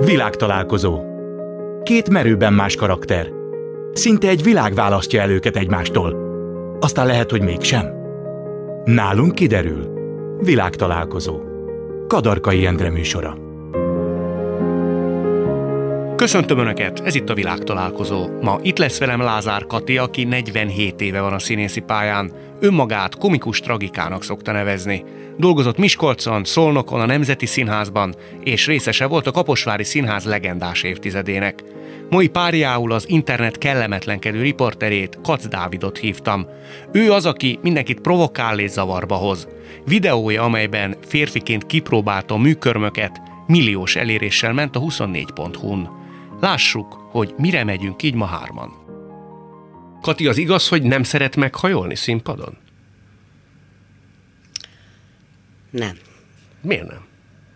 Világtalálkozó. Két merőben más karakter. Szinte egy világ választja el őket egymástól. Aztán lehet, hogy mégsem. Nálunk kiderül. Világtalálkozó. Kadarkai Endre műsora. Köszöntöm Önöket, ez itt a Világtalálkozó. Ma itt lesz velem Lázár Kati, aki 47 éve van a színészi pályán. Önmagát komikus tragikának szokta nevezni. Dolgozott Miskolcon, Szolnokon, a Nemzeti Színházban, és részese volt a Kaposvári Színház legendás évtizedének. Mai párjául az internet kellemetlenkedő riporterét, Kac Dávidot hívtam. Ő az, aki mindenkit provokál és zavarba hoz. Videója, amelyben férfiként kipróbálta a műkörmöket, milliós eléréssel ment a 24.hu-n. Lássuk, hogy mire megyünk így ma hárman. Kati, az igaz, hogy nem szeret meghajolni színpadon? Nem. Miért nem?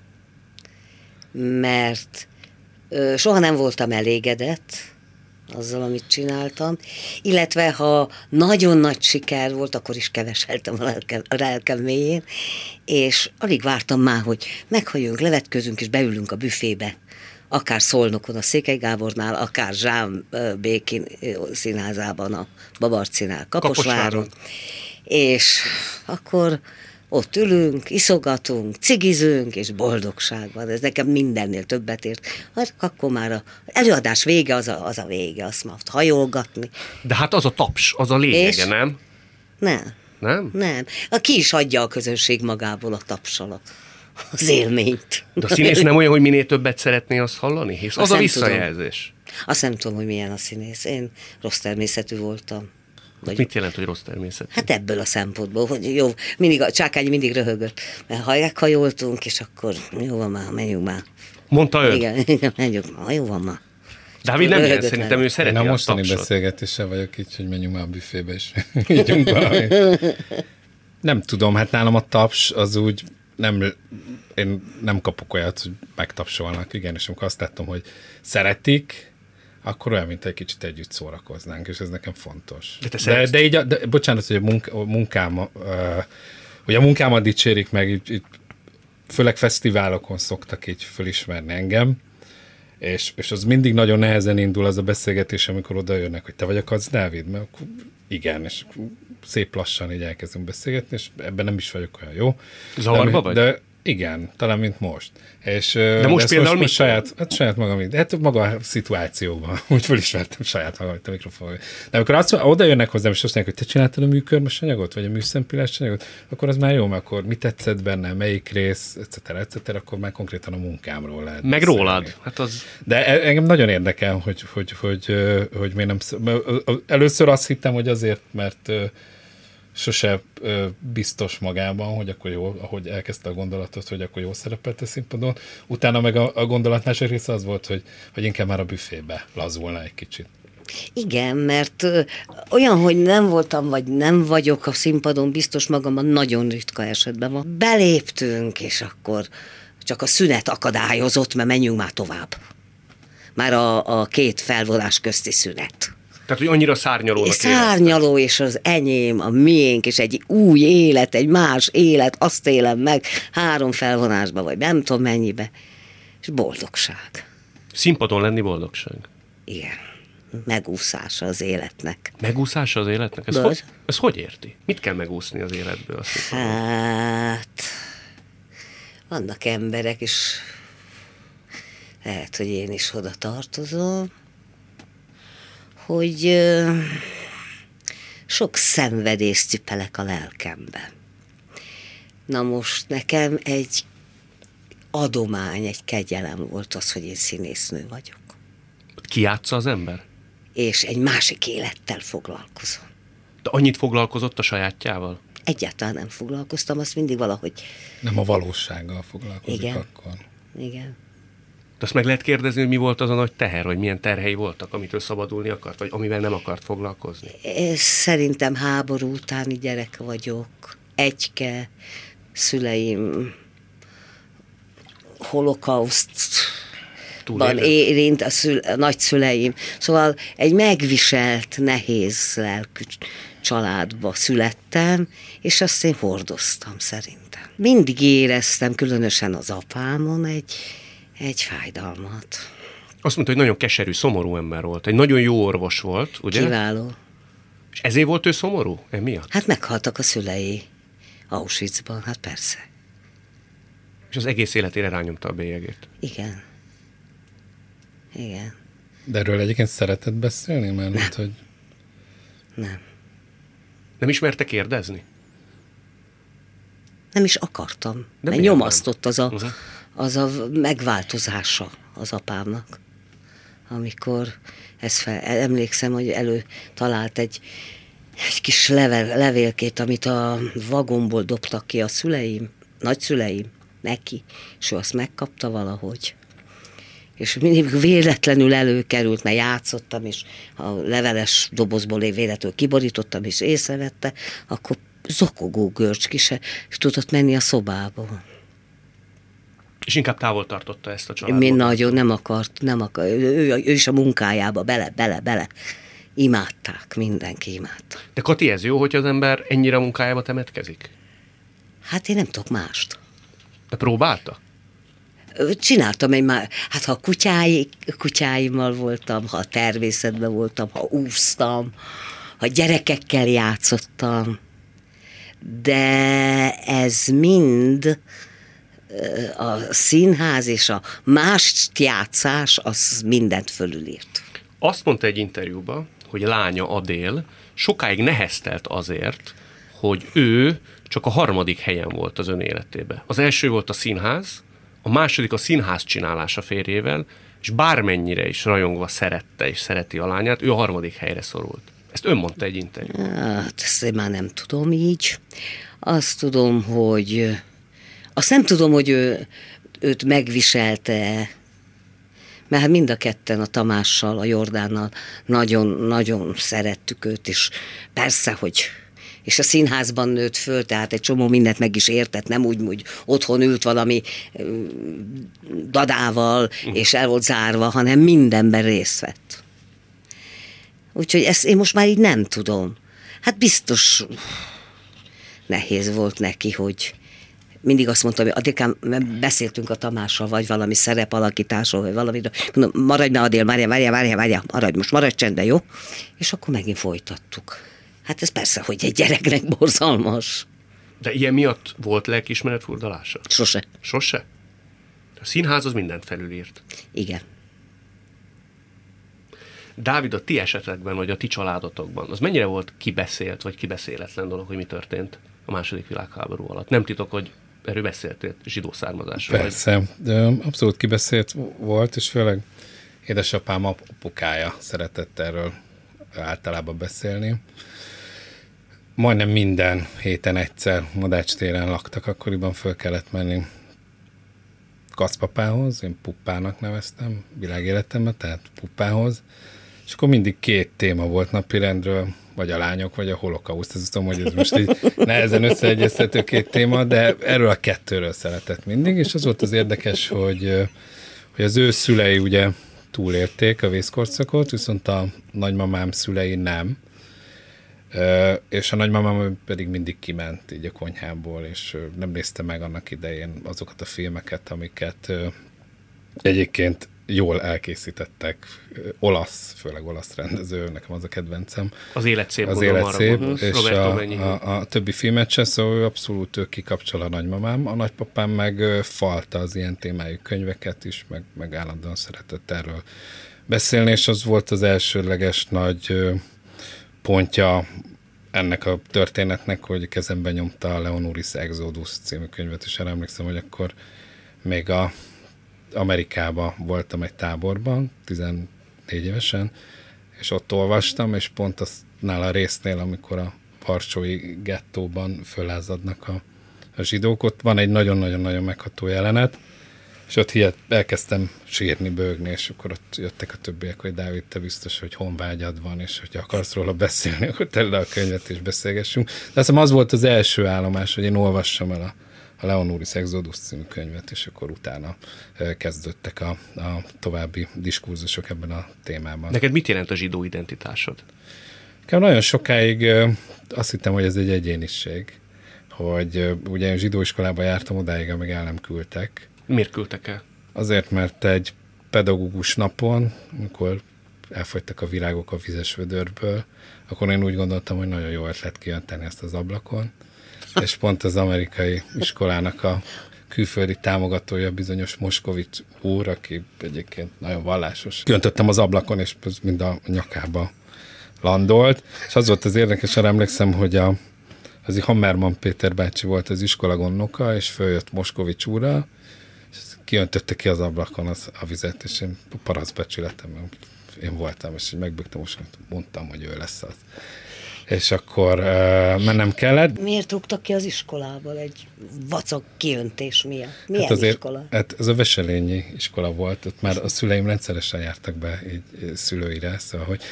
Mert soha nem voltam elégedett azzal, amit csináltam, illetve ha nagyon nagy siker volt, akkor is keveseltem a lelkem mélyén, és alig vártam már, hogy meghajoljunk, levetközünk és beülünk a büfébe. Akár Szolnokon a Székely Gábornál, akár Zsám Békén színházában, a Babarcinál, Kaposváron. És akkor ott ülünk, iszogatunk, cigizünk, és boldogság van. Ez nekem mindennél többet ért. Akkor már az előadás vége, az a vége, azt már hajolgatni. De hát az a taps, az a lényege, és nem? Nem. Nem? Nem. Ki is adja a közönség magából a tapsal az élményt. De a színész nem olyan, hogy minél többet szeretné azt hallani? Hisz az a visszajelzés. Azt nem tudom, hogy milyen a színész. Én rossz természetű voltam. Mit jelent, hogy rossz természetű? Hát ebből a szempontból, hogy jó, a Csákány mindig röhögött, mert meghajoltunk, és akkor jó van már, menjünk már. Mondta ő? Igen, menjünk már, jó van már. Dávid nem ilyen, szerintem ő szereti a tapsot. Én a mostani beszélgetéssel vagyok így, hogy menjünk már a büfébe, és ígyunk valami. Nem tudom, hát nálam a taps az úgy, én nem kapok olyat, hogy megtapsolnak, igen, és amikor azt láttam, hogy szeretik, akkor olyan, mint egy kicsit együtt szórakoznánk, és ez nekem fontos. De bocsánat, hogy a munkámat dicsérik meg, így, főleg fesztiválokon szoktak így fölismerni engem, és az mindig nagyon nehezen indul az a beszélgetés, amikor oda jönnek, hogy te vagy a Kac Dávid, mert akkor igen, és szép lassan így elkezdünk beszélgetni, és ebben nem is vagyok olyan jó. Zavarba vagy? De igen, talán mint most. De most például mit? Saját magam, hát maga a szituációban, úgy felismertem saját magam, itt a mikrofonban. De amikor oda jönnek hozzám, és azt mondják, hogy te csináltad a műkörmös anyagot, vagy a műszempillás anyagot, akkor az már jó, mert akkor mi tetszett benne, melyik rész, etc., akkor már konkrétan a munkámról lehet. Meg beszélni. Rólad. Hát az... De engem nagyon érdekel, hogy miért nem... Először azt hittem, hogy azért, mert sose biztos magában, hogy akkor jó, ahogy elkezdte a gondolatot, hogy akkor jó szerepelt a színpadon. Utána meg a gondolat másik része az volt, hogy inkább már a büfébe lazulna egy kicsit. Igen, mert olyan, hogy nem voltam, vagy nem vagyok a színpadon biztos magamban, nagyon ritka esetben van. Beléptünk, és akkor csak a szünet akadályozott, mert menjünk már tovább. Már a két felvonás közti szünet. Tehát, hogy annyira szárnyalónak szárnyaló, és az enyém, a miénk, és egy új élet, egy más élet, azt élem meg 3 felvonásba, vagy nem tudom mennyibe. És boldogság. Színpadon lenni boldogság. Igen. Megúszása az életnek. Megúszása az életnek? Ez hogy érti? Mit kell megúszni az életből? Hát... vannak emberek, és lehet, hogy én is oda tartozom, hogy sok szenvedést cipelek a lelkembe. Na most nekem egy adomány, egy kegyelem volt az, hogy én színésznő vagyok. Ki játsza az ember? És egy másik élettel foglalkozom. De annyit foglalkozott a sajátjával? Egyáltalán nem foglalkoztam, azt mindig valahogy... Nem a valósággal foglalkozik. Igen. Akkor. Igen. De azt meg lehet kérdezni, hogy mi volt az a nagy teher, vagy milyen terhei voltak, amitől szabadulni akart, vagy amivel nem akart foglalkozni? Szerintem háború utáni gyerek vagyok, egyke, szüleim holokausztban érint a nagyszüleim. Szóval egy megviselt, nehéz lelkű családba születtem, és azt én hordoztam szerintem. Mindig éreztem, különösen az apámon, egy fájdalmat. Azt mondta, hogy nagyon keserű, szomorú ember volt. Egy nagyon jó orvos volt, ugye? Kiváló. És ezért volt ő szomorú? Emiatt? Hát meghaltak a szülei Auschwitzban, hát persze. És az egész életére rányomta a bélyegét. Igen. Igen. De erről egyébként szeretett beszélni? Mert hogy... Nem. Nem ismerte kérdezni? Nem is akartam. De mert miért nyomasztott az a megváltozása az apámnak. Amikor emlékszem, hogy talált egy kis levélkét, amit a vagomból dobtak ki a szüleim, nagyszüleim neki, és ő azt megkapta valahogy. És mindig véletlenül előkerült, mert játszottam, és a leveles dobozból véletlenül kiborítottam, és észrevette, akkor zokogó görcs ki se tudott menni a szobába. És inkább távol tartotta ezt a családot. Mi nagyon nem akart. Ő is a munkájába bele. Imádták, mindenki imádta. De Kati, ez jó, hogy az ember ennyire a munkájába temetkezik? Hát én nem tudok mást. De próbálta? Csináltam hát ha kutyáimmal voltam, ha a természetben voltam, ha úsztam, ha gyerekekkel játszottam, de ez mind a színház és a más játszás, az mindent fölülírt. Azt mondta egy interjúban, hogy lánya Adél sokáig neheztelt azért, hogy ő csak a 3. helyen volt az ön életében. Az első volt a színház, a második a színház csinálása férjével, és bármennyire is rajongva szerette és szereti a lányát, ő a 3. helyre szorult. Ezt ön mondta egy interjúban. Hát ezt én már nem tudom így. Azt nem tudom, hogy őt megviselte, mert hát mind a ketten a Tamással, a Jordánnal nagyon-nagyon szerettük őt, és persze, hogy és a színházban nőtt föl, tehát egy csomó mindent meg is értett, nem úgy otthon ült valami dadával, és el volt zárva, hanem mindenben részt vett. Úgyhogy ezt én most már így nem tudom. Hát biztos nehéz volt neki, hogy mindig azt mondtam, hogy Adélkám, beszéltünk a Tamással, vagy valami szerepalakításról, vagy valamiről. Mondom, maradj már Adél, várjál, maradj csendben, jó? És akkor megint folytattuk. Hát ez persze, hogy egy gyereknek borzalmas. De ilyen miatt volt lelkiismeret furdalása? Sose. Sose? A színház az mindent felülírt. Igen. Dávid, a ti esetekben, vagy a ti családotokban, az mennyire volt kibeszélt, vagy kibeszéletlen dolog, hogy mi történt a II. Világháború alatt? Nem titok, hogy erről beszéltél zsidó származásról. Persze, de abszolút kibeszélt volt, és főleg édesapám apukája szeretett erről általában beszélni. Majdnem minden héten egyszer Madács téren laktak, akkoriban föl kellett menni Kacpapához, én Puppának neveztem világéletemben, tehát Puppához, és akkor mindig 2 téma volt napirendről, vagy a lányok, vagy a holokauszt. Ezt tudom, hogy ez most így nehezen összeegyeztető 2 téma, de erről a 2-ről szeretett mindig, és az volt az érdekes, hogy az ő szülei ugye túlélték a vészkorszakot, viszont a nagymamám szülei nem, és a nagymamám pedig mindig kiment így a konyhából, és nem nézte meg annak idején azokat a filmeket, amiket egyébként jól elkészítettek. Főleg olasz rendező, nekem az a kedvencem. Az élet szép. Az élet szép, és a többi filmet se, szóval abszolút kikapcsol a nagymamám. A nagypapám meg falta az ilyen témájú könyveket is, meg állandóan szeretett erről beszélni, és az volt az elsődleges nagy pontja ennek a történetnek, hogy kezemben nyomta a Leonuris Exodus című könyvet, és emlékszem, hogy akkor még Amerikában voltam egy táborban, 14 évesen, és ott olvastam, és pont aztnál a résznél, amikor a varsói gettóban fölázadnak a zsidók, ott van egy nagyon-nagyon-nagyon megható jelenet, és ott elkezdtem sírni, bőgni, és akkor ott jöttek a többiek, hogy Dávid, te biztos, hogy honvágyad van, és hogy akarsz róla beszélni, akkor tedd le a könyvet, és beszélgessünk. De azt hiszem, az volt az első állomás, hogy én olvassam el a Leonuris Exodus című könyvet, és akkor utána kezdődtek a további diskurzusok ebben a témában. Neked mit jelent a zsidó identitásod? Nekem nagyon sokáig azt hittem, hogy ez egy egyéniség, hogy ugye én zsidóiskolába jártam odáig, amíg el nem küldtek. Miért küldtek el? Azért, mert egy pedagógus napon, amikor elfogytak a virágok a vizes vödörből, akkor én úgy gondoltam, hogy nagyon jó ötlet kijönteni ezt az ablakon, és pont az amerikai iskolának a külföldi támogatója, bizonyos Moskovics úr, aki egyébként nagyon vallásos. Kiöntöttem az ablakon, és mind a nyakába landolt, és az volt az érdekes, arra emlékszem, hogy az Hammerman Péter bácsi volt az iskola gondnoka, és följött Moskovics úrral, és kiöntötte ki az ablakon a vizet, és én parasztbecsületem, én voltam, és megbögtem, most mondtam, hogy ő lesz az. És akkor mennem kellett. Miért rúgtak ki az iskolából egy vacak kiöntés miatt? Milyen hát azért, iskola? Hát ez a Veselényi iskola volt, ott már a szüleim rendszeresen jártak be így szülőire, szóval, hogy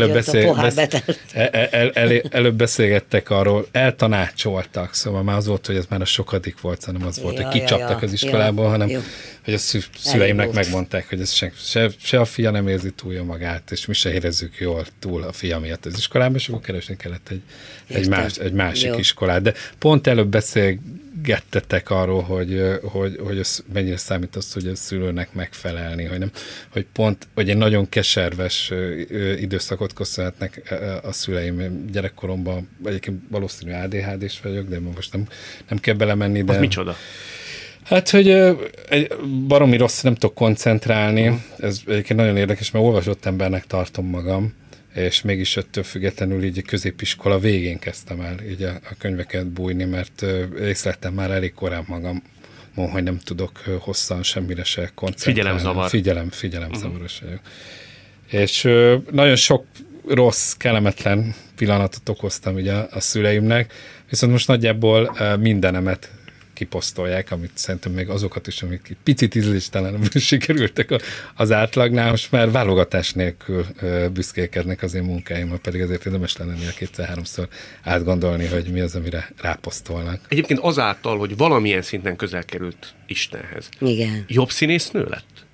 előbb beszélgettek arról, eltanácsoltak, szóval már az volt, hogy ez már a sokadik volt, hanem az volt, hogy kicsaptak az iskolából, hanem hogy a szüleimnek megmondták, hogy ez se a fia nem érzi túl jól magát, és mi se érezzük jól túl a fia miatt az iskolában, és akkor keresni kellett egy másik iskolát. De pont előbb beszélgettetek arról, hogy mennyire számít az, hogy a szülőnek megfelelni, hogy egy nagyon keserves időszakot köszönhetnek a szüleim. Gyerekkoromban egyébként valószínű ADHD-s vagyok, de most nem kell belemenni. De... Az micsoda? Hát, hogy egy baromi rossz, nem tudok koncentrálni. Ez egyébként nagyon érdekes, mert olvasott embernek tartom magam, és mégis ettől függetlenül így a középiskola végén kezdtem el így a könyveket bújni, mert észleltem már elég korán magam, hogy nem tudok hosszan semmire se koncentrálni. Figyelemzavaros vagyok. És nagyon sok rossz, kellemetlen pillanatot okoztam így a szüleimnek, viszont most nagyjából mindenemet kiposztolják, amit szerintem még azokat is, amik picit ízléstelenebbül sikerültek az átlagnál, most már válogatás nélkül büszkélkednek az én munkáimmal, pedig azért érdemes lenne a 2-3-szor átgondolni, hogy mi az, amire ráposztolnak. Egyébként azáltal, hogy valamilyen szinten közel került Istenhez. Igen. Jobb színésznő lett?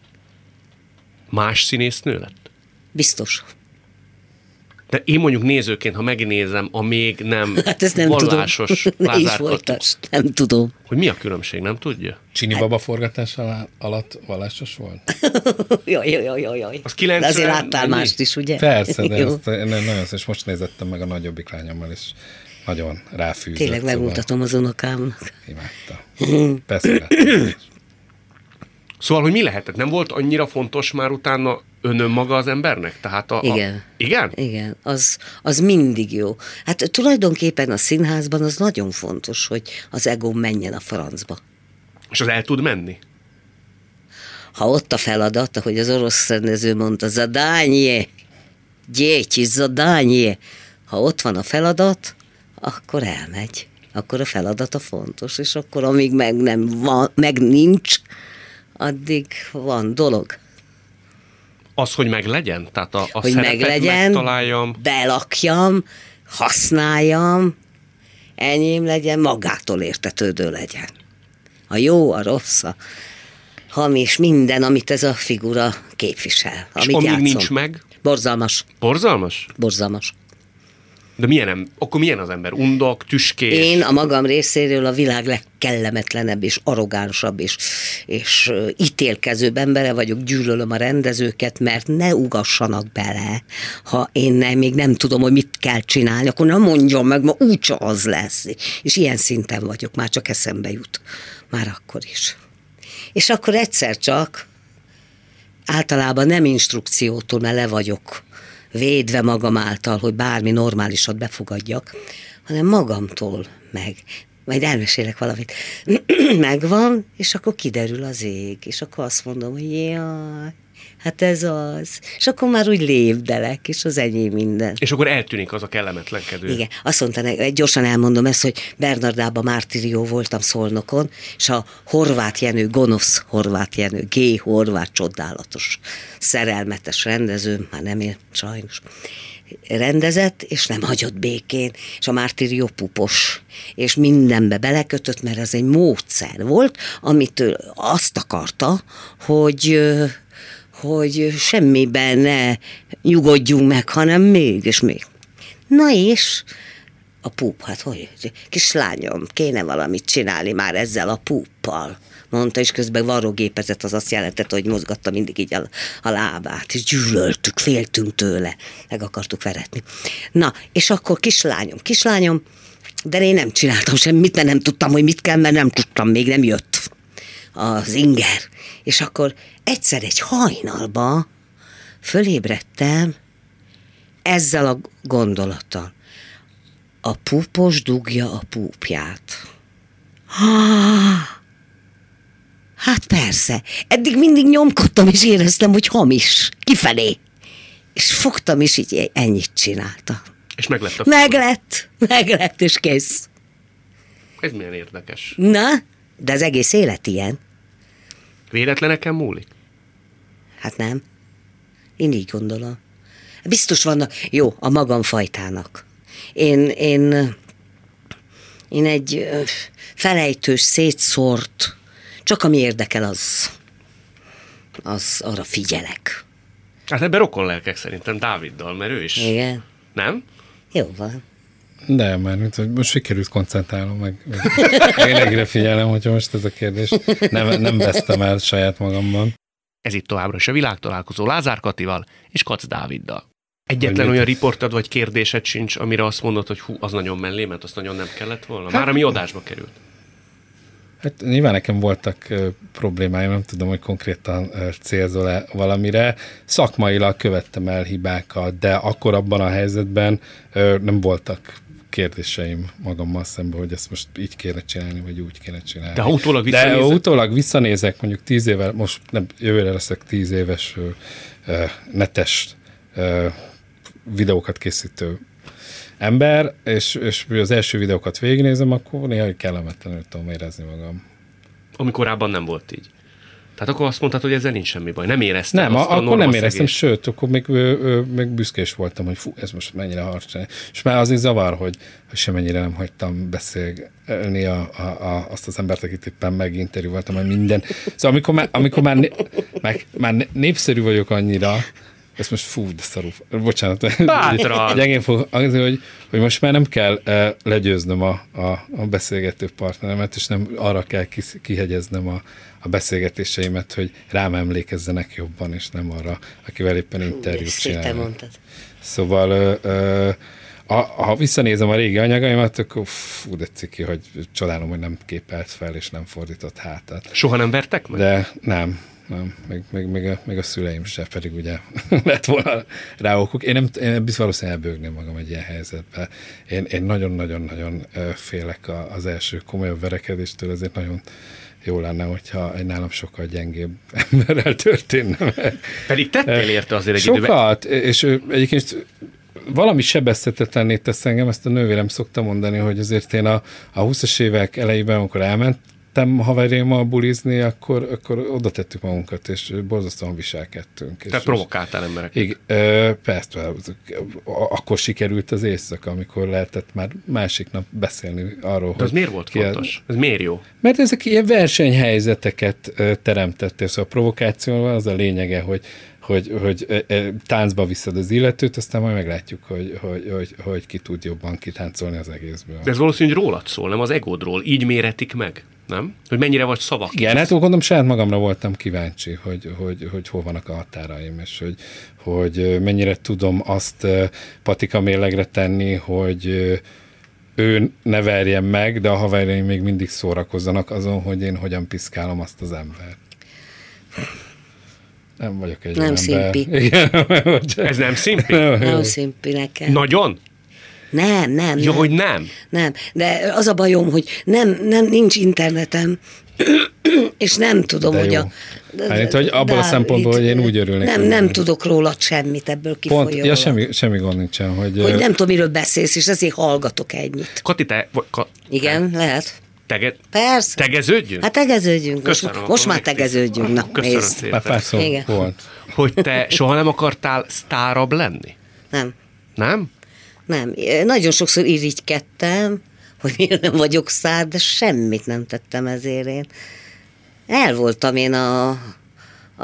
Más színésznő lett? Biztos. De én mondjuk nézőként, ha megnézem a még nem, nem vallásos Lázár, nem tudom. Hogy mi a különbség, nem tudja? Csini Baba forgatása alatt vallásos volt? Jaj. Az 90... De azért láttál mást is, ugye? Persze, de ezt nagyon és most nézettem meg a nagyobbik lányommal, és nagyon ráfűzött. Tényleg megmutatom az unokámnak. Imádta. Persze. Szóval, hogy mi lehetett? Nem volt annyira fontos már utána önmaga az embernek? Tehát Igen. Igen? Igen, az mindig jó. Hát tulajdonképpen a színházban az nagyon fontos, hogy az egóm menjen a francba. És az el tud menni? Ha ott a feladat, ahogy az orosz rendező mondta, zadánye, gyécsi, zadánye. Ha ott van a feladat, akkor elmegy. Akkor a feladata fontos, és akkor amíg meg nincs, addig van dolog. Az, hogy meglegyen? Tehát a hogy szerepet megtaláljam. Belakjam, használjam, enyém legyen, magától értetődő legyen. A jó, a rossz, a hamis, minden, amit ez a figura képvisel. És amit amíg játszom. nincs meg? Borzalmas. Borzalmas? Borzalmas. De akkor milyen az ember? Undok, tüskés? Én a magam részéről a világ legkellemetlenebb és arrogánsabb és ítélkezőbb embere vagyok, gyűlölöm a rendezőket, mert ne ugassanak bele, ha én még nem tudom, hogy mit kell csinálni, akkor nem mondjam meg, ma úgyse az lesz. És ilyen szinten vagyok, már csak eszembe jut. Már akkor is. És akkor egyszer csak általában nem instrukciótól, mert le vagyok védve magam által, hogy bármi normálisat befogadjak, hanem magamtól majd elmesélek valamit. Megvan, és akkor kiderül az ég, és akkor azt mondom, hogy jaj, hát ez az. És akkor már úgy lépdelek, és az enyém minden. És akkor eltűnik az a kellemetlenkedő. Igen, azt mondta, gyorsan elmondom ezt, hogy Bernardában mártirió voltam Szolnokon, és a Horváth Jenő, gonosz Horváth Jenő, G. Horváth, csodálatos, szerelmetes rendező, már nem él sajnos, rendezett, és nem hagyott békén, és a mártirió pupos, és mindenbe belekötött, mert ez egy módszer volt, amit azt akarta, hogy semmiben ne nyugodjunk meg, hanem még és még. Na és a púp, hát hogy? Kislányom, kéne valamit csinálni már ezzel a púppal. mondta, és közben varrógépezett, az azt jelentette, hogy mozgatta mindig így a lábát, és gyűlöltük, féltünk tőle, meg akartuk veretni. Na, és akkor kislányom, de én nem csináltam semmit, mert nem tudtam, hogy mit kell, mert nem tudtam, még nem jött az inger. És akkor egyszer egy hajnalba fölébredtem ezzel a gondolattal. A púpos dugja a púpját. Hát persze, eddig mindig nyomkodtam, és éreztem, hogy hamis, kifelé. És fogtam, és így ennyit csinálta. És meglett Meglett, és kész. Ez milyen érdekes. Na, de az egész élet ilyen. Véletleneken múlik? Hát nem. Én így gondolom. Biztos vannak, jó, a magam fajtának. Én egy felejtős, szétszórt, csak ami érdekel, az arra figyelek. Hát ebben rokonlelkek szerintem Dáviddal, mert ő is. Igen. Nem? Jó van. De már, mint hogy most sikerült koncentrálnom, meg lényegre figyelem, hogyha most ez a kérdés. Nem vesztem el saját magamban. Ez itt továbbra is a világtalálkozó Lázár Katival és Kac Dáviddal. Egyetlen olyan riportod vagy kérdésed sincs, amire azt mondod, hogy hú, az nagyon mellé, mert azt nagyon nem kellett volna? Már ami adásba került. Hát nyilván nekem voltak problémáim, nem tudom, hogy konkrétan célzol-e valamire. Szakmailag követtem el hibákat, de akkor abban a helyzetben nem voltak kérdéseim magammal szemben, hogy ezt most így kéne csinálni, vagy úgy kéne csinálni. De utólag visszanézek, mondjuk 10 éve, most nem, jövőre leszek 10 éves netes videókat készítő ember, és az első videókat végignézem, akkor néha kellemetlenül tudom érezni magam. Ami korábban nem volt így. Tehát akkor azt mondtad, hogy ezzel nincs semmi baj. Nem éreztem. Nem, akkor nem éreztem, sőt, akkor még büszkés voltam, hogy fú, ez most mennyire harcsány. És már azért zavar, hogy semennyire nem hagytam beszélni azt az embert, akit éppen meginterjúvoltam, hogy minden. Szóval amikor már népszerű vagyok annyira, ez most fú, de szarú. Bocsánat. Bátran. Gyengén fog, hogy most már nem kell legyőznöm a beszélgető partneremet, és nem arra kell kihegyeznem a beszélgetéseimet, hogy rám emlékezzenek jobban, és nem arra, akivel éppen interjút csinálnak. Szóval ha visszanézem a régi anyagaimat, akkor fú, de ciki, hogy csodálom, hogy nem képelt fel, és nem fordított hátat. Soha nem vertek meg? De nem, még a szüleim se, pedig ugye lett volna rá okuk. Én valószínűleg elbőgném magam egy ilyen helyzetben. Én nagyon-nagyon-nagyon félek az első komolyabb verekedéstől, ezért nagyon jó lenne, hogyha egy nálam sokkal gyengébb emberrel történne. Pedig tettél érte azért egy sokat, és egyébként valami sebezhetetlenné tesz engem, ezt a nővérem szokta mondani, hogy azért én a 20-as évek elejében, amikor elmentem haverjaimmal bulizni, akkor oda tettük magunkat, és borzasztóan viselkedtünk. Tehát provokáltál embereket. Igen, persze, akkor sikerült az éjszaka, amikor lehetett már másik nap beszélni arról, de az miért volt fontos? Ez miért jó? Mert ezek ilyen versenyhelyzeteket teremtettél, szóval a provokációval az a lényege, hogy táncba viszed az illetőt, aztán majd meglátjuk, hogy ki tud jobban kitáncolni az egészből. De ez valószínűleg rólad szól, nem az egódról. Így méretik meg, nem? Hogy mennyire vagy szavak. Igen, hát gondolom saját magamra voltam kíváncsi, hogy hol vannak a határaim, és hogy mennyire tudom azt patika mérlegre tenni, hogy ő ne verjen meg, de a haverjaim még mindig szórakozzanak azon, hogy én hogyan piszkálom azt az embert. Nem vagyok egy nem ember. szimpi. Igen, ez nem szimpi? Nem szimpi nekem. Nagyon? Nem. Ja, hogy nem? Nem, de az a bajom, hogy nincs internetem, és nem tudom, de hogy jó. Hát, hogy abból a szempontból, hogy én úgy örülnék. Nem tudok rólad semmit ebből kifolyólag. Ja, semmi gond nincsen. Hogy nem tudom, miről beszélsz, és ezért hallgatok ennyit. Kati, te... Igen, lehet. Persze. Tegeződjünk? Hát tegeződjünk. Köszönöm, most már tegeződjünk. Na, köszönöm szépen. Pár szó volt. Hogy te soha nem akartál sztárabb lenni? Nem. Nem? Nem. Nagyon sokszor irigykedtem, hogy miért nem vagyok szár, de semmit nem tettem ezért én. El voltam én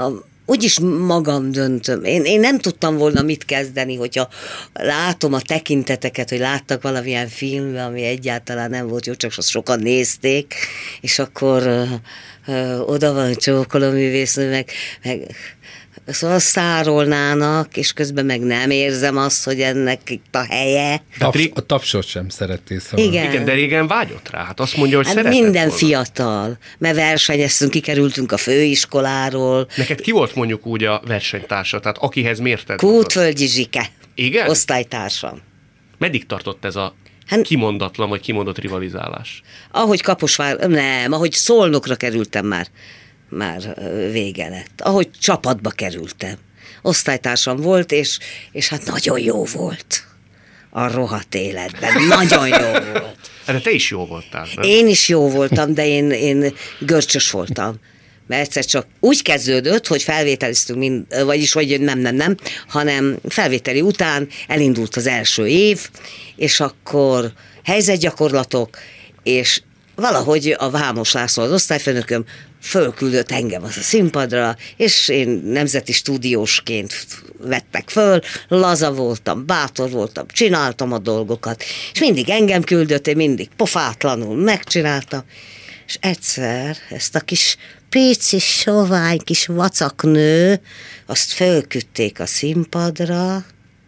úgyis magam döntöm. Én nem tudtam volna mit kezdeni, hogyha látom a tekinteteket, hogy láttak valamilyen filmben, ami egyáltalán nem volt jó, csak azt sokan nézték, és akkor oda van csókolóművésznő, meg szóval szárolnának, és közben meg nem érzem azt, hogy ennek itt a helye. A tapsot sem szerettél szóval. Igen, de régen vágyott rá. Hát azt mondja, hogy Hát szeretett minden volna. fiatal, mert versenyeztünk, kikerültünk a főiskoláról. Neked ki volt mondjuk úgy a versenytársa? Tehát akihez mérted? Kútvölgyi Zsike, Igen? osztálytársam. Meddig tartott ez a Hát- kimondatlan vagy kimondott rivalizálás? Ahogy ahogy Szolnokra kerültem már vége lett. Ahogy csapatba kerültem. Osztálytársam volt, és hát nagyon jó volt. A rohadt életben. Nagyon jó volt. De te is jó voltál, nem? Én is jó voltam, de én görcsös voltam. Mert egyszer csak úgy kezdődött, hogy felvételiztünk, vagyis hogy nem, hanem felvételi után elindult az első év, és akkor helyzetgyakorlatok, és valahogy a Vámos László, az osztályfőnököm fölküldött engem az a színpadra, és én nemzeti stúdiósként vettek föl, laza voltam, bátor voltam, csináltam a dolgokat, és mindig engem küldött, én mindig pofátlanul megcsináltam, és egyszer ezt a kis pici, sovány kis vacaknő, azt fölküldték a színpadra,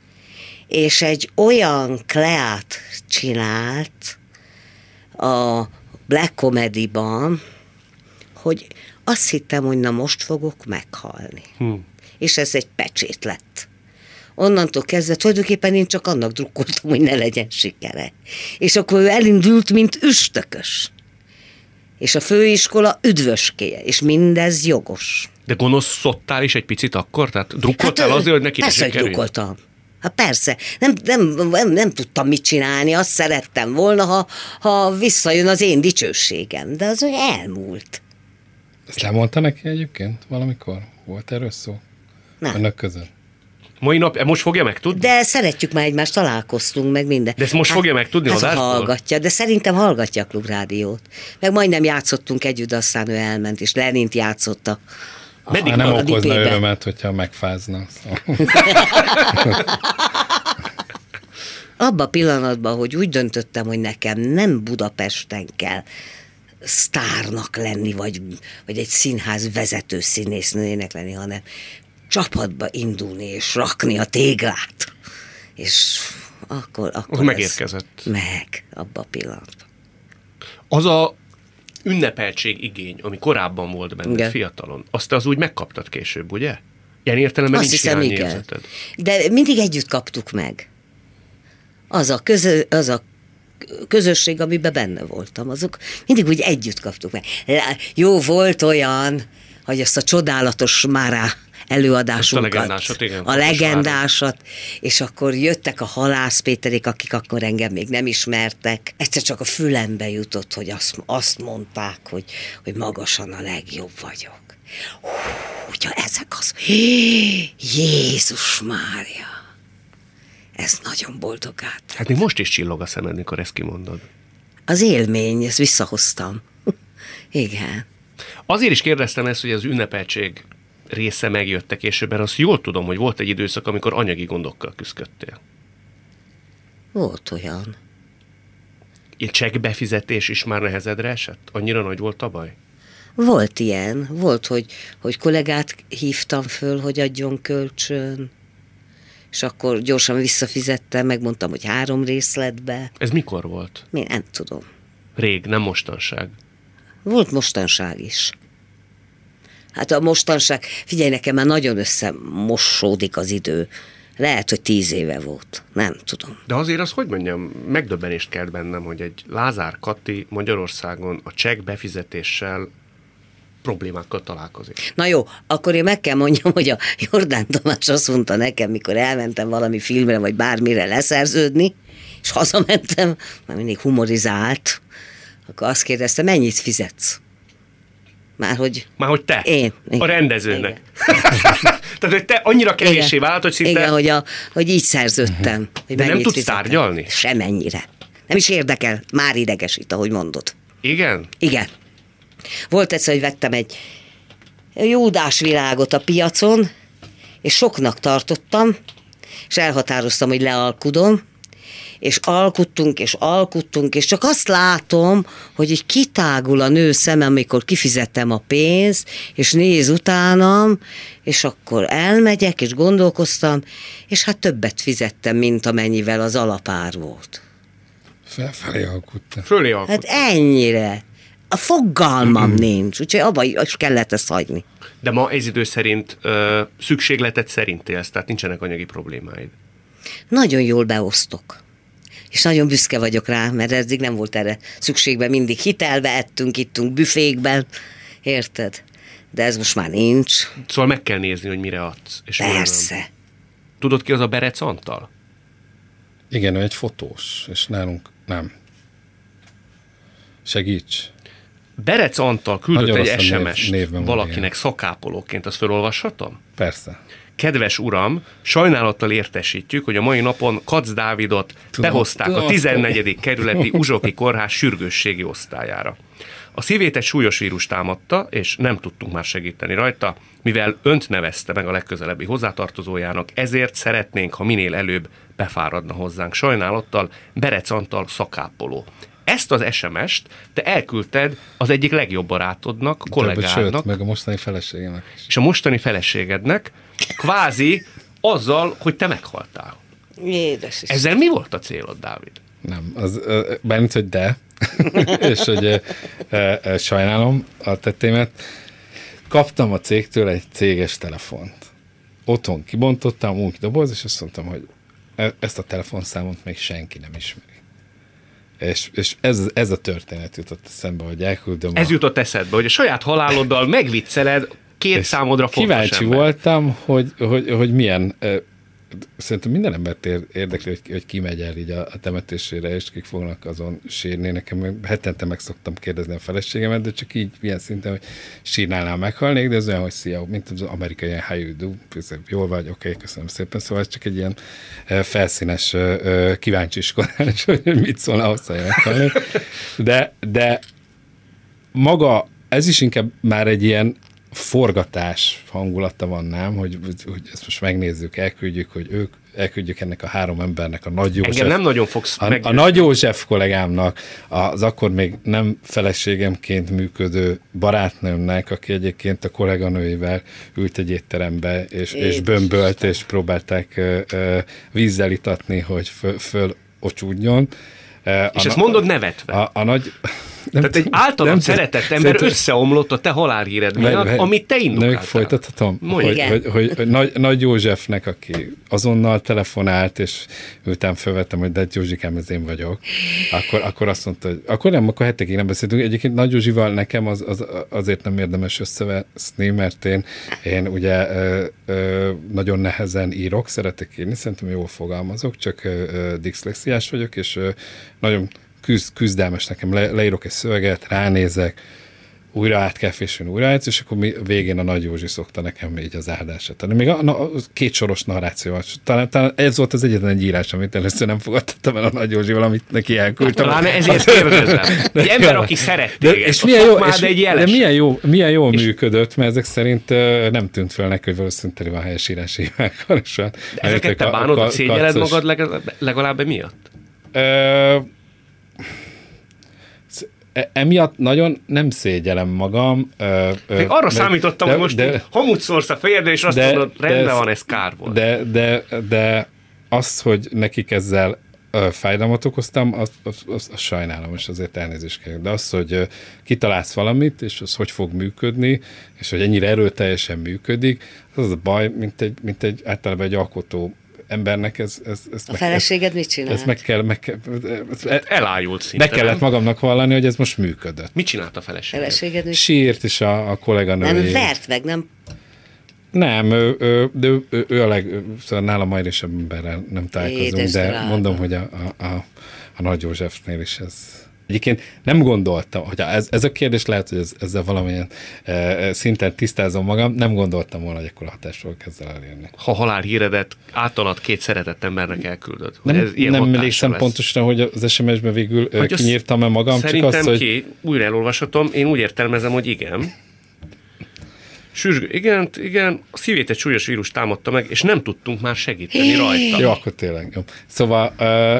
és egy olyan Kleát csinált a Black Comedy-ban, hogy azt hittem, hogy na most fogok meghalni. És ez egy pecsét lett. Onnantól kezdve tulajdonképpen én csak annak drukkoltam, hogy ne legyen sikere. És akkor ő elindult, mint üstökös. És a főiskola üdvöskéje, és mindez jogos. De gonoszodtál is egy picit akkor? Tehát drukkoltál azért, hogy neki persze, ne hogy sikerüljön? drukkoltam. Hát persze, nem tudtam mit csinálni, azt szerettem volna, ha visszajön az én dicsőségem, de az elmúlt. Ezt elmondta neki egyébként valamikor? Volt erről szó? Nem. Önök között? Mai nap, most fogja megtudni? De szeretjük már egymást, találkoztunk, meg minden. De ezt most fogja megtudni hát adásból? hallgatja, de szerintem hallgatja a Klubrádiót. Meg majdnem játszottunk együtt, aztán ő elment, és Lenint játszotta. Meddig Nem a okozna dipébe. örömet, hogyha megfázna. Szóval. Abban a pillanatban, hogy úgy döntöttem, hogy nekem nem Budapesten kell sztárnak lenni, vagy egy színház vezető színésznőjének lenni, hanem csapatba indulni, és rakni a téglát. És akkor megérkezett. abba a pillanatban. Az a ünnepeltség igény, ami korábban volt benned Igen. fiatalon, azt te az úgy megkaptad később, ugye? Ilyen értelemben Azt nincs hiszem, igen. hiányérzeted. De mindig együtt kaptuk meg. Az a közösség, amiben benne voltam, azok mindig úgy együtt kaptuk meg. Jó, volt olyan, hogy azt a csodálatos Márá előadásunkat. Azt a legendásat, igen. A legendásat, és akkor jöttek a Halász Péterék, akik akkor engem még nem ismertek. Egyszer csak a fülembe jutott, hogy azt mondták, hogy magasan a legjobb vagyok. Hogyha ezek az... Jézus Mária! Ez nagyon boldogát tett. Hát még most is csillog a szemed, mikor ezt kimondod. Az élmény, ezt visszahoztam. Igen. Azért is kérdeztem ezt, hogy az ünnepeltség része megjött később, mert azt jól tudom, hogy volt egy időszak, amikor anyagi gondokkal küzdöttél. Volt olyan. Ilyen csekkbefizetés is már nehezedre esett? Annyira nagy volt a baj? Volt ilyen. Volt, hogy kollégát hívtam föl, hogy adjon kölcsön, és akkor gyorsan visszafizettem, megmondtam, hogy 3 részletbe. Ez mikor volt? Nem tudom. Rég, nem mostanság. Volt mostanság is. Hát a mostanság, figyelj, nekem már nagyon összemosódik az idő. Lehet, hogy 10 éve volt. Nem tudom. De azért az, hogy mondjam, megdöbbenést kelt bennem, hogy egy Lázár Kati Magyarországon a csekk befizetéssel problémákkal találkozik. Na jó, akkor én meg kell mondjam, hogy a Jordán Tamás azt mondta nekem, mikor elmentem valami filmre, vagy bármire leszerződni, és hazamentem, már mindig humorizált, akkor azt kérdezte, mennyit fizetsz? Márhogy te, én. a rendezőnek. Tehát, hogy te annyira kevéssé vált, hogy szinte... Igen, hogy így szerződtem. Hogy De nem mennyit tudsz fizetek. tárgyalni? Semennyire. Nem is érdekel, már idegesít, ahogy mondod. Igen? Igen. Volt egyszer, hogy vettem egy jódásvilágot a piacon, és soknak tartottam, és elhatároztam, hogy lealkudom, és alkuttunk, és csak azt látom, hogy így kitágul a nő szeme, amikor kifizettem a pénzt, és néz utánam, és akkor elmegyek, és gondolkoztam, és hát többet fizettem, mint amennyivel az alapár volt. Felfelé alkuttam. Fölé alkut. Hát ennyire. A fogalmam nincs, úgyhogy abba is kellett ezt hagyni. De ma ez idő szerint szükségletet szerint élsz, tehát nincsenek anyagi problémáid. Nagyon jól beosztok. És nagyon büszke vagyok rá, mert eddig nem volt erre szükségben, mindig hitelbe ettünk, ittunk büfékben, érted? De ez most már nincs. Szóval meg kell nézni, hogy mire adsz. És Persze. nem. Tudod ki az a Berec Antal? Igen, ő egy fotós, és nálunk nem. Segíts. Berec Antal küldött Nagyon egy rossz a SMS-t valakinek szakápolóként, azt felolvashatom? Persze. Kedves uram, sajnálattal értesítjük, hogy a mai napon Kac Dávidot behozták a 14. kerületi Uzsoki Kórház sürgősségi osztályára. A szívét egy súlyos vírus támadta, és nem tudtunk már segíteni rajta, mivel önt nevezte meg a legközelebbi hozzátartozójának, ezért szeretnénk, ha minél előbb befáradna hozzánk. Sajnálattal Berec Antal szakápoló. Ezt az SMS-t te elküldted az egyik legjobb barátodnak, kollégádnak. Sőt, meg a mostani feleségemnek is. És a mostani feleségednek kvázi azzal, hogy te meghaltál. Édes is. Ezzel mi volt a célod, Dávid? Nem, az bármint, hogy de, és hogy sajnálom a tettémet. Kaptam a cégtől egy céges telefont. Otthon kibontottam, munkidoboz, és azt mondtam, hogy ezt a telefonszámot még senki nem ismeri. És ez a történet jutott eszembe, hogy elküldöm. Ez jutott eszedbe, hogy a saját haláloddal megvicceled két számodra fontos kíváncsi ember. voltam, hogy milyen, szerintem minden embert érdekli, hogy ki megy el így a temetésére, és kik fognak azon sírni. Nekem hetente meg szoktam kérdezni a feleségemet, de csak így milyen szinten, hogy sírnálnál, meghalnék, de ez olyan, hogy szia, mint az amerikai ilyen how you do, jól vagy, oké, köszönöm szépen, szóval ez csak egy ilyen felszínes kíváncsiskodás, hogy mit szólna ahhoz, hogy meghalnék. De maga, ez is inkább már egy ilyen forgatás hangulata van, nem? Hogy ezt most megnézzük, elküldjük ennek a 3 embernek, a Nagy József. Engem nem nagyon fogsz a Nagy József kollégámnak, az akkor még nem feleségemként működő barátnőmnek, aki egyébként a kolléganőivel ült egy étterembe, és bömbölt, és próbálták vízzel itatni, hogy fölocsúdjon. És ezt mondod nevetve. A nagy... Tehát egy általad szeretett ember összeomlott a te halálhíred miatt, amit te indukáltál. Nem folytathatom? Hogy Nagy Józsefnek, aki azonnal telefonált, és miután felvettem, hogy de Józsikám, ez én vagyok, akkor azt mondta, hogy akkor hetekig nem beszéltünk. Egyébként Nagy Józsival nekem azért nem érdemes összeveszni, mert én ugye nagyon nehezen írok, szeretek írni, szerintem jól fogalmazok, csak diszlexiás vagyok, és nagyon küzdelmes nekem, leírok egy szöveget, ránézek, újra át kell fésülni, újra át, és akkor végén a Nagy Józsi szokta nekem így az áldását adni. Még a 2 soros narrációval. Talán ez volt az egyetlen egy írás, amit először nem fogadtattam el a Nagy Józsival, amit neki elküldtem. Talán ezért kérdezem. Egy ember, aki szeret téged, és milyen jól működött, mert ezek szerint nem tűnt fel neki, hogy valószínűleg teli van helyes írási hibákkal. De ezeket te bánod, szégyeled magad legalább emiatt? Emiatt nagyon nem szégyellem magam. Arra számítottam, hogy most hamut szórsz a fejedre, és azt mondod, rendben van, ez kár volt. De az, hogy nekik ezzel fájdalmat okoztam, azt sajnálom, és azért elnézést kérek. De az, hogy kitalálsz valamit, és az hogy fog működni, és hogy ennyire erőteljesen működik, az a baj, mint egy általában egy alkotó embernek a feleséged mit csinált? Ezt meg kell elájult szinte. Be kellett magamnak vallani, hogy ez most működött. Mit csinált a feleséged? Sírt is a kolléganői. Nem vert meg, nem? Nem, ő szóval nálam majd is emberrel nem találkozunk, de mondom, hogy a Nagy Józsefnél is ez. Egyébként nem gondoltam, hogy ez a kérdés lehet, hogy ezzel valamilyen szinten tisztázom magam, nem gondoltam volna, hogy akkor hatást fogok ezzel elérni. Ha halálhíredet általad 2 szeretett embernek elküldöd. Nem emlékszem pontosan, hogy az SMS-ben végül kinyírtam-e magam. Szerintem csak azt, hogy... újra elolvashatom, én úgy értelmezem, hogy igen. Igen, a szívét egy súlyos vírus támadta meg, és nem tudtunk már segíteni rajta. Jó, akkor tényleg. Jó. Szóval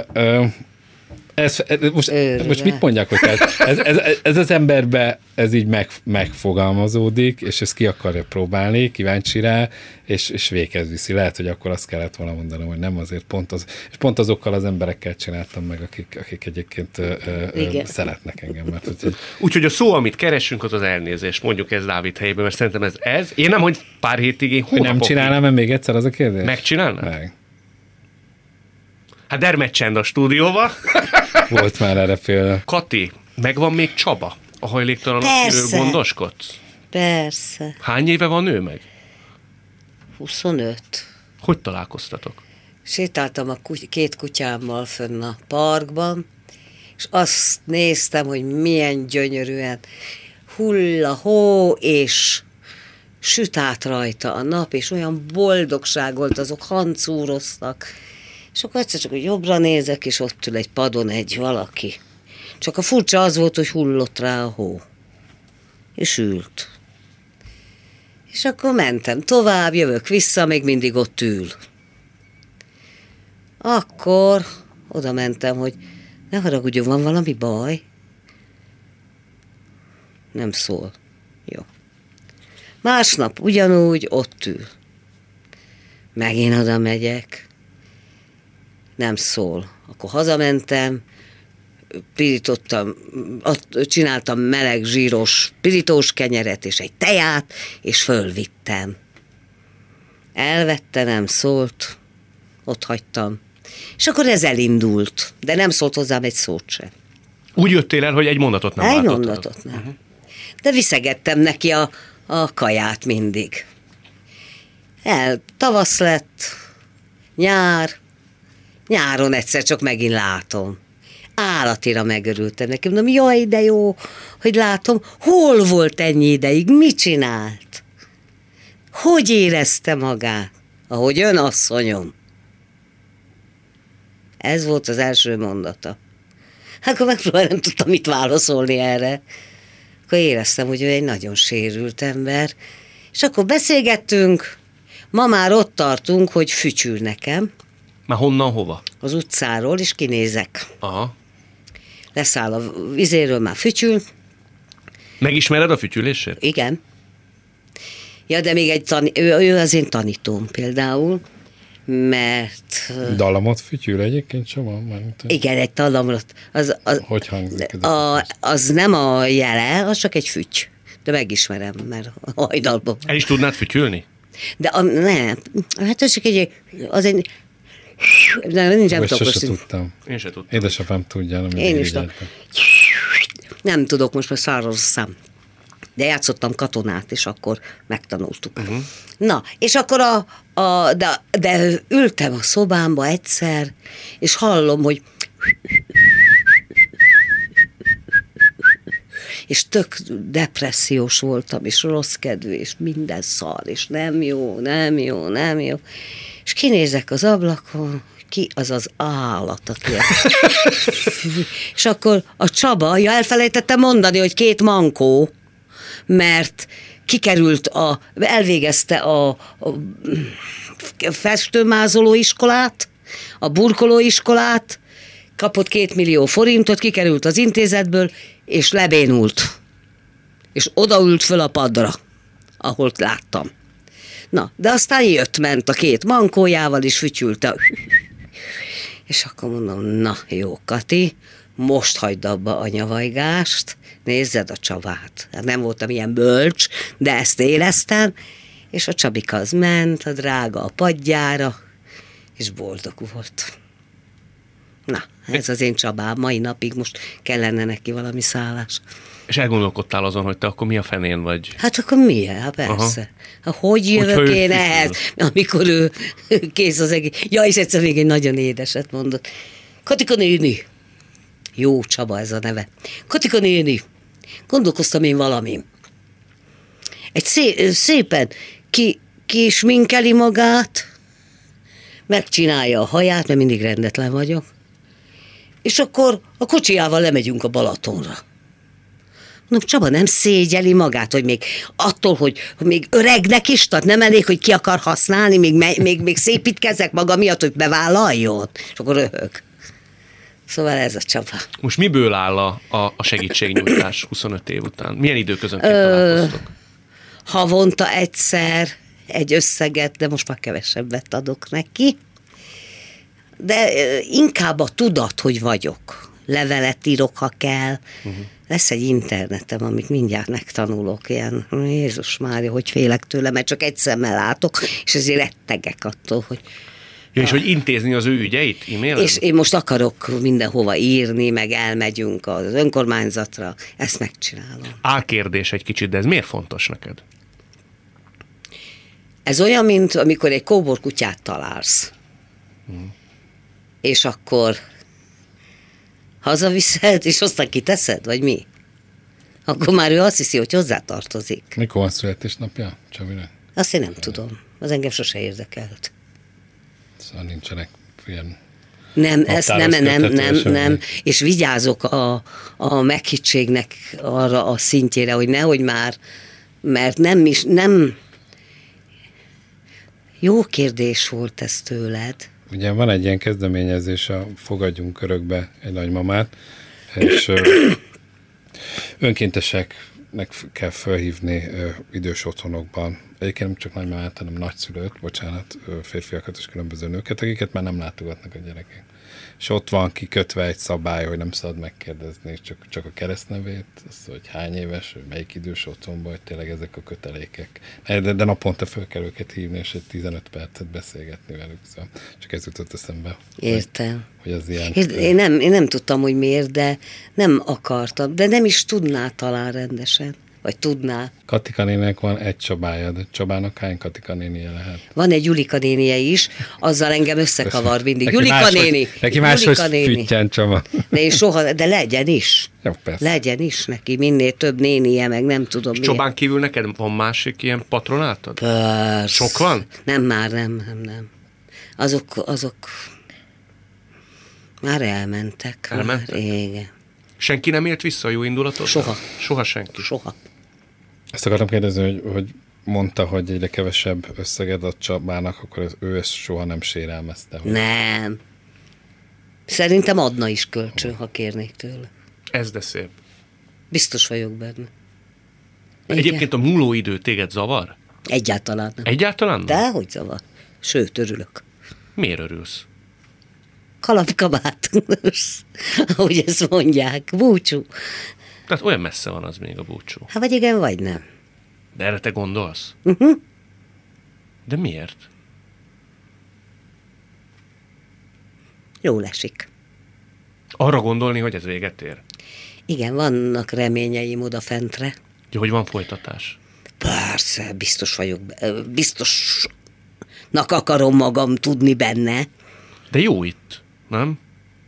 most mit mondjak, hogy ez az emberbe ez így megfogalmazódik, és ezt ki akarja próbálni, kíváncsi rá, és véghez viszi. Lehet, hogy akkor azt kellett volna mondanom, hogy nem azért és pont azokkal az emberekkel csináltam meg, akik egyébként szeretnek engem. Úgyhogy a szó, amit keresünk, az elnézés. Mondjuk ez Dávid helyében, mert szerintem ez. Én nem, hogy pár hétig, én hónapokig. Nem csinálnám még egyszer, az a kérdés? Megcsinálnám? Meg. Hát dermedcsend a stúdióba. Volt már erre példa. Kati, megvan még Csaba? A hajléktalan, akiről gondoskodsz? Persze. Hány éve van ő meg? 25. Hogy találkoztatok? Sétáltam a két kutyámmal fönn a parkban, és azt néztem, hogy milyen gyönyörűen hull a hó, és süt át rajta a nap, és olyan boldogság volt, azok hancúroztak. És akkor egyszer csak, hogy jobbra nézek, és ott ül egy padon egy valaki. Csak a furcsa az volt, hogy hullott rá a hó. És ült. És akkor mentem tovább, jövök vissza, még mindig ott ül. Akkor oda mentem, hogy ne haragudjon, van valami baj? Nem szól. Jó. Másnap ugyanúgy ott ül. Megint oda megyek. Nem szól. Akkor hazamentem, pirítottam, csináltam meleg, zsíros, pirítós kenyeret és egy teját, és fölvittem. Elvette, nem szólt, ott hagytam. És akkor ez elindult, de nem szólt hozzám egy szót sem. Úgy jöttél el, hogy egy mondatot nem váltottad? váltottad? Egy mondatot nem. Uh-huh. De viszegettem neki a kaját mindig. Tavasz lett, nyáron egyszer csak megint látom. Állatira megörültem neki. Mondom, jaj, de jó, hogy látom. Hol volt ennyi ideig? Mit csinált? Hogy érezte magát? Ahogy ön, asszonyom. Ez volt az első mondata. Akkor megpróbálom, nem tudtam mit válaszolni erre. Akkor éreztem, hogy ő egy nagyon sérült ember. És akkor beszélgettünk. Ma már ott tartunk, hogy fütyül nekem. Már honnan, hova? Az utcáról, és kinézek. Aha. Leszáll a vizéről, már fütyül. Megismered a fütyülését? Igen. Ja, de még ő az én tanítóm például, mert... Dallamot fütyül egyébként, Csaba? Igen, egy dallamot. Hogy hangzik? Az nem a jele, az csak egy füty. De megismerem, mert hajnalban. El is tudnád fütyülni? De nem, hát az csak egy... Nem tudtam. Én se tudtam. Édesapám tudja, nem én is tudom. Nem tudok most már száraz szám. De játszottam katonát, és akkor megtanultuk. Uh-huh. Na, és akkor de ültem a szobámba egyszer, és hallom, hogy és tök depressziós voltam, és rossz kedvű, és minden szar, és nem jó. És kinézek az ablakon, ki az az állat, aki és akkor a Csaba, elfelejtettem mondani, hogy 2 mankó, mert kikerült elvégezte a festőmázoló iskolát, a burkoló iskolát, kapott 2 millió forintot, kikerült az intézetből, és lebénult. És odaült föl a padra, ahol láttam. Na, de aztán ment a 2 mankójával, és fütyülte. És akkor mondom, na jó, Kati, most hagyd abba a nyavajgást, nézzed a Csabát. Hát nem voltam ilyen bölcs, de ezt éreztem, és a Csabika az ment, a drága a padjára, és boldog volt. Na, ez az én Csabám, mai napig most kellene neki valami szállás. És elgondolkodtál azon, hogy te akkor mi a fenén vagy? Hát akkor milyen? Hát persze. Hogy jövök én ehhez, amikor ő kész az egész. Ja, és egyszer még egy nagyon édeset mondott. Katika néni. Jó Csaba ez a neve. Katika néni. Gondolkoztam én valamin. Egy szépen kisminkeli magát, megcsinálja a haját, mert mindig rendetlen vagyok, és akkor a kocsijával lemegyünk a Balatonra. Mondom, Csaba nem szégyeli magát, hogy még attól, hogy még öregnek is, tehát nem elég, hogy ki akar használni, még szépítkezzek maga miatt, hogy bevállaljon. És akkor röhög. Szóval ez a Csaba. Most miből áll a segítségnyújtás 25 év után? Milyen időközönként találkoztok? Havonta egyszer egy összeget, de most már kevesebbet adok neki. De inkább a tudat, hogy vagyok. Levelet írok, ha kell. Lesz egy internetem, amit mindjárt megtanulok. Ilyen, Jézus Mária, hogy félek tőle, mert csak egy szemmel látok, és ezért rettegek attól, hogy... Ja, és hogy intézni az ő ügyeit e-mailen? És én most akarok mindenhova írni, meg elmegyünk az önkormányzatra. Ezt megcsinálom. Álkérdés egy kicsit, de ez miért fontos neked? Ez olyan, mint amikor egy kóborkutyát találsz. És akkor hazaviszed, és aztán kiteszed, vagy mi? Akkor már ő azt hiszi, hogy hozzátartozik. Mikor van születésnapja, Csabinak? Azt én nem tudom. Az engem sose érdekelt. Szóval nincsenek ilyen... Nem, ezt nem. köttetések. És vigyázok a meghittségnek arra a szintjére, hogy nehogy már, mert nem... Jó kérdés volt ez tőled. Ugye van egy ilyen kezdeményezés, a Fogadjunk Örökbe egy nagymamát, és önkénteseknek kell felhívni idős otthonokban. Egyébként nem csak nagymamát, hanem nagyszülőt, férfiakat és különböző nőket, akiket már nem látogatnak a gyerekek. És ott van kikötve egy szabály, hogy nem szabad megkérdezni csak a keresztnevét, azt, hogy hány éves, hogy melyik idős otthonban, hogy tényleg ezek a kötelékek. De naponta fel kell őket hívni, és egy 15 percet beszélgetni velük. Szóval csak ez jutott eszembe. Értem. Hogy az ilyen... Én nem tudtam, hogy miért, de nem akartam, de nem is tudná talán rendesen. Vagy tudná. Katika néninek van egy Csabája, de Csabának hány Katika nénie lehet? Van egy Julika nénie is, azzal engem összekavar mindig. Neki Julika máshogy- néni. Neki máshogy Julika néni. Füttyen Csaba. De legyen is. Jó, persze. Legyen is neki, minél több nénie, meg nem tudom És miért. Csobán kívül neked van másik ilyen patronátod? Persze. Sok van? Nem, már nem. Azok már elmentek. Elmentek? Már, igen. Senki nem élt vissza a jó indulatot? Soha. Soha senki. Soha. Ezt akartam kérdezni, hogy mondta, hogy egyre kevesebb összeget ad Csabának, akkor ő ezt soha nem sérelmezte. Hogy... Nem. Szerintem adna is kölcsön, ha kérnék tőle. Ez de szép. Biztos vagyok benne. Egyébként a múló idő téged zavar? Egyáltalán nem. Egyáltalán nem? Dehogy zavar. Sőt, örülök. Miért örülsz? Kalapkabát, ahogy ezt mondják. Búcsú. Tehát olyan messze van az még a búcsú. Hát vagy igen, vagy nem. De erre te gondolsz? De miért? Jól esik. Arra gondolni, hogy ez véget ér? Igen, vannak reményeim odafentre. Ja, hogy van folytatás? Persze, biztos vagyok. Biztosnak akarom magam tudni benne. De jó itt, nem?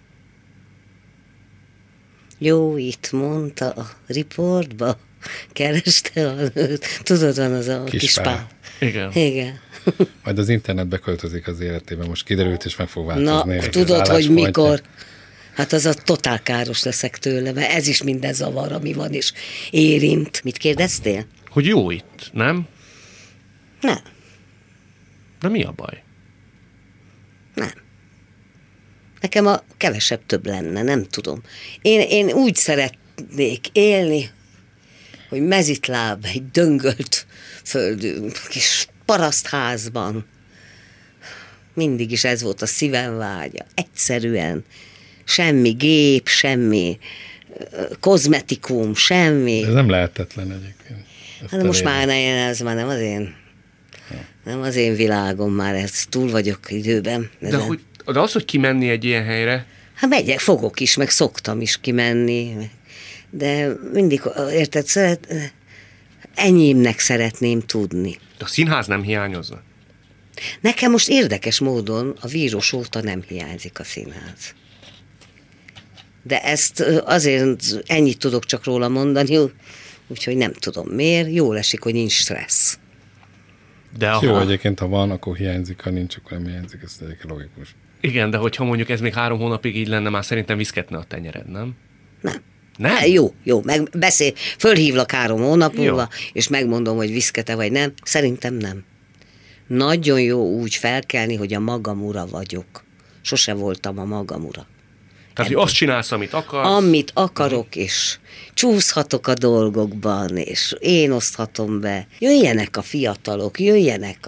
Jó, itt mondta a riportba. Kereste a... Tudod, van az a kis pál. Igen. Igen. Majd az internetbe költözik az életében, most kiderült, és meg fog változni. Na, az tudod, hogy álláspontja. mikor? Hát az a totál káros leszek tőle, mert ez is minden zavar, ami van, és érint. Mit kérdeztél? Hogy jó itt, nem? Nem, De mi a baj? nem. Nekem a kevesebb több lenne, nem tudom. Én úgy szeretnék élni, hogy mezitláb, egy döngölt földű, kis parasztházban. Mindig is ez volt a szívem vágya. Egyszerűen. Semmi gép, semmi kozmetikum, semmi. Ez nem lehetetlen egyébként. Ezt Hát most elérni. már ez már nem az én világom, már ez túl vagyok időben. De az, hogy kimenni egy ilyen helyre, Hát megyek, fogok is, meg szoktam is kimenni, de mindig, érted, enyémnek szeretném tudni. de a színház nem hiányozna. Nekem most érdekes módon a vírus óta nem hiányzik a színház. De ezt azért ennyit tudok csak róla mondani, úgyhogy nem tudom miért, jól esik, hogy nincs stressz. De Jó, egyébként, ha van, akkor hiányzik, ha nincs, akkor nem hiányzik, ez egyébként logikus. Igen, de hogyha mondjuk ez még 3 hónapig így lenne, már szerintem viszketne a tenyered, nem? Nem. Nem? Jó, fölhívlak 3 hónap múlva, és megmondom, hogy viszkete vagy nem. Szerintem nem. Nagyon jó úgy felkelni, hogy a magam ura vagyok. Sose voltam a magam ura. Tehát, hogy azt csinálsz, amit akarsz. Amit akarok, és csúszhatok a dolgokban, és én oszthatom be. Jöjjenek a fiatalok, jöjjenek,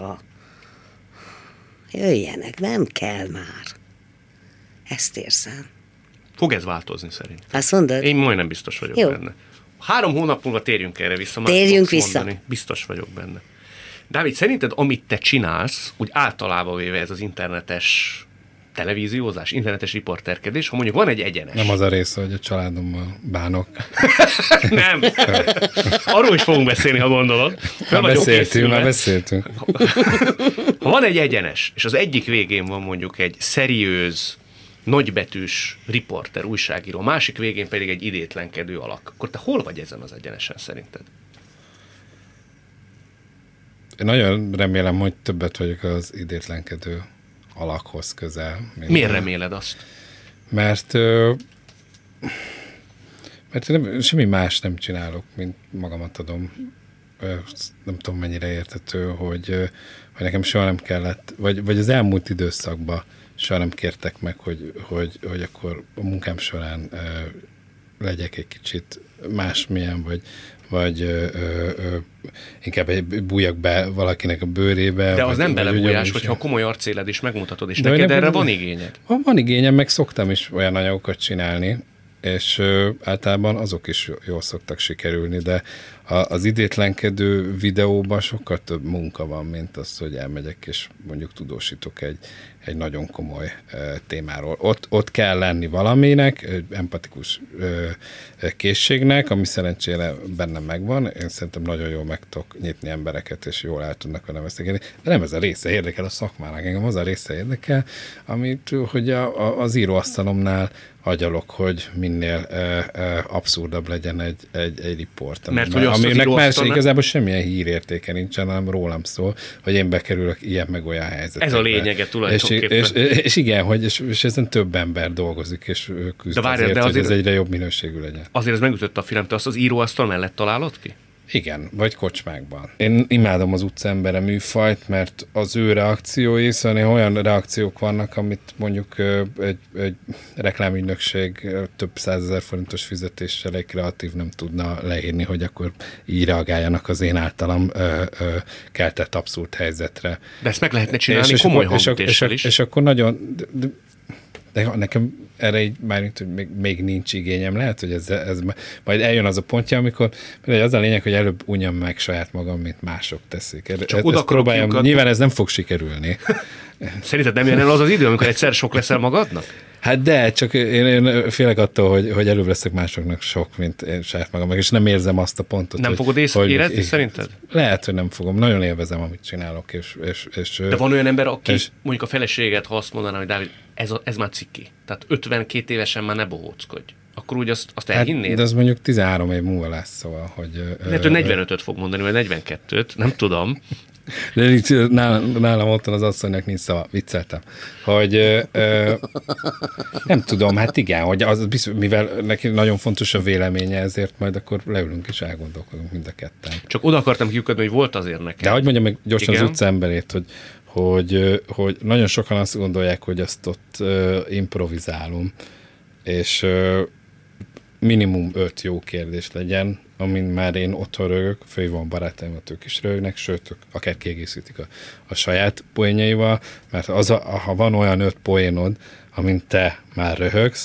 nem kell már. Ezt érzem. Fog ez változni szerintem. Azt mondod? Én majdnem biztos vagyok benne. 3 hónap múlva térjünk erre vissza. Térjünk vissza. Mondani. Biztos vagyok benne. Dávid, szerinted, amit te csinálsz, úgy általában véve ez az internetes televíziózás, internetes riporterkedés, ha mondjuk van egy egyenes. Nem az a része, hogy a családommal bánok. Nem. Arról is fogunk beszélni, ha gondolod. Már beszéltünk. Ha van egy egyenes, és az egyik végén van mondjuk egy szeriőz, nagybetűs riporter, újságíró, másik végén pedig egy idétlenkedő alak, akkor te hol vagy ezen az egyenesen szerinted? Én nagyon remélem, hogy többet vagyok az idétlenkedő alakhoz közel. Miért reméled azt? Mert semmi más nem csinálok, mint magamat adom. Nem tudom, mennyire érthető, hogy nekem soha nem kellett, vagy az elmúlt időszakban soha nem kértek meg, hogy akkor a munkám során legyek egy kicsit másmilyen, vagy inkább bújjak be valakinek a bőrébe. De az nem belebújás, hogyha komoly arcéled is megmutatod, és neked erre van igényed? Van igényem, meg szoktam is olyan anyagokat csinálni, és általában azok is jól szoktak sikerülni, de az idétlenkedő videóban sokkal több munka van, mint az, hogy elmegyek, és mondjuk tudósítok egy nagyon komoly témáról. Ott kell lenni valaminek, empatikus készségnek, ami szerencsére bennem megvan. Én szerintem nagyon jól meg tudok nyitni embereket, és jól el tudnak velem beszélni. De nem ez a része érdekel a szakmának, engem az a része érdekel, amit, hogy az íróasztalomnál agyalok, hogy minél abszurdabb legyen egy riport. Mert hogy aminek más igazából semmilyen hírértéke nincsen, hanem rólam szól, hogy én bekerülök ilyen meg olyan helyzetekbe. Ez a lényege tulajdonképpen. És igen, és ezen több ember dolgozik, és küzd azért, hogy ez egyre jobb minőségű legyen. Azért ez megütötte a film, te azt az íróasztal mellett találod ki? Igen, vagy kocsmákban. Én imádom az utcaembere műfajt, mert az ő reakciói, szóval olyan reakciók vannak, amit mondjuk egy reklámügynökség több 100 000 forintos fizetéssel egy kreatív nem tudna leírni, hogy akkor így reagáljanak az én általam keltett abszurd helyzetre. De ezt meg lehetne csinálni komoly hangütéssel is. És akkor nagyon... De nekem erre így már hogy még nincs igényem. Lehet, hogy ez majd eljön az a pontja, amikor az a lényeg, hogy előbb unjam meg saját magam, mint mások teszik. Ezt próbáljam. Nyilván ez nem fog sikerülni. Szerinted nem jön el az idő, amikor egyszer sok leszel magadnak? Hát de, csak én félek attól, hogy előbb leszek másoknak sok, mint én saját magam, és nem érzem azt a pontot. Nem fogod érezni szerinted? Lehet, hogy nem fogom. Nagyon élvezem, amit csinálok. És de van olyan ember, aki mondjuk a feleséget, ha azt mondaná, hogy Dávid, ez már ciki. Tehát 52 évesen már ne bohóckodj. Akkor úgy azt elhinnéd? Hát, de az mondjuk 13 év múlva lesz, szóval, hogy... Lehet, hogy 45-öt fog mondani, vagy 42-t, nem tudom. De nálam otthon az asszonynak nincs szava, vicceltem. Hogy nem tudom, hát igen, hogy az biztos, mivel neki nagyon fontos a véleménye, ezért majd akkor leülünk és elgondolkodunk mind a ketten. Csak oda akartam kiukadni, hogy volt azért nekem. De hogy mondjam meg gyorsan az utcaemberét, hogy nagyon sokan azt gondolják, hogy azt ott improvizálom, és minimum 5 jó kérdés legyen, amin már én otthon rögök, főleg barátaimat, ők is rögnek, sőt, akár kiegészítik a saját poénjaival, mert ha van olyan 5 poénod, amin te már röhögsz,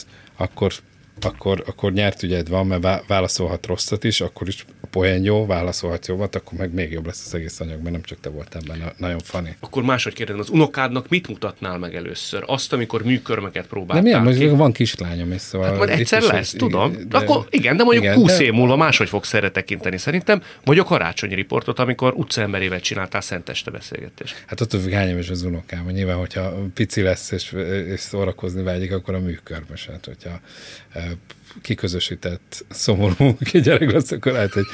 akkor nyert ügyed van, mert válaszolhat rosszat is, akkor is a poén jó, válaszolhat jobbat, akkor meg még jobb lesz az egész anyag, mert nem csak te voltál benne, nagyon funny. Akkor máshogy kérdezem, az unokádnak mit mutatnál meg először? Azt, amikor műkörmeket próbáltál ki? De milyen, van kislányom is, szóval... Hát majd egyszer lesz, tudom. Akkor igen, de mondjuk 20 év múlva máshogy fogsz erre tekinteni szerintem, vagy a karácsonyi riportot, amikor utcaemberével csináltál szenteste beszélgetést. Hát attól függ, hány éves az unokám, nyilván, hogyha pici lesz és szórakozni vágyik, akkor a műkörmös, hát, hogyha kiközösített, szomorú gyerek lesz, akkor lehet, hogy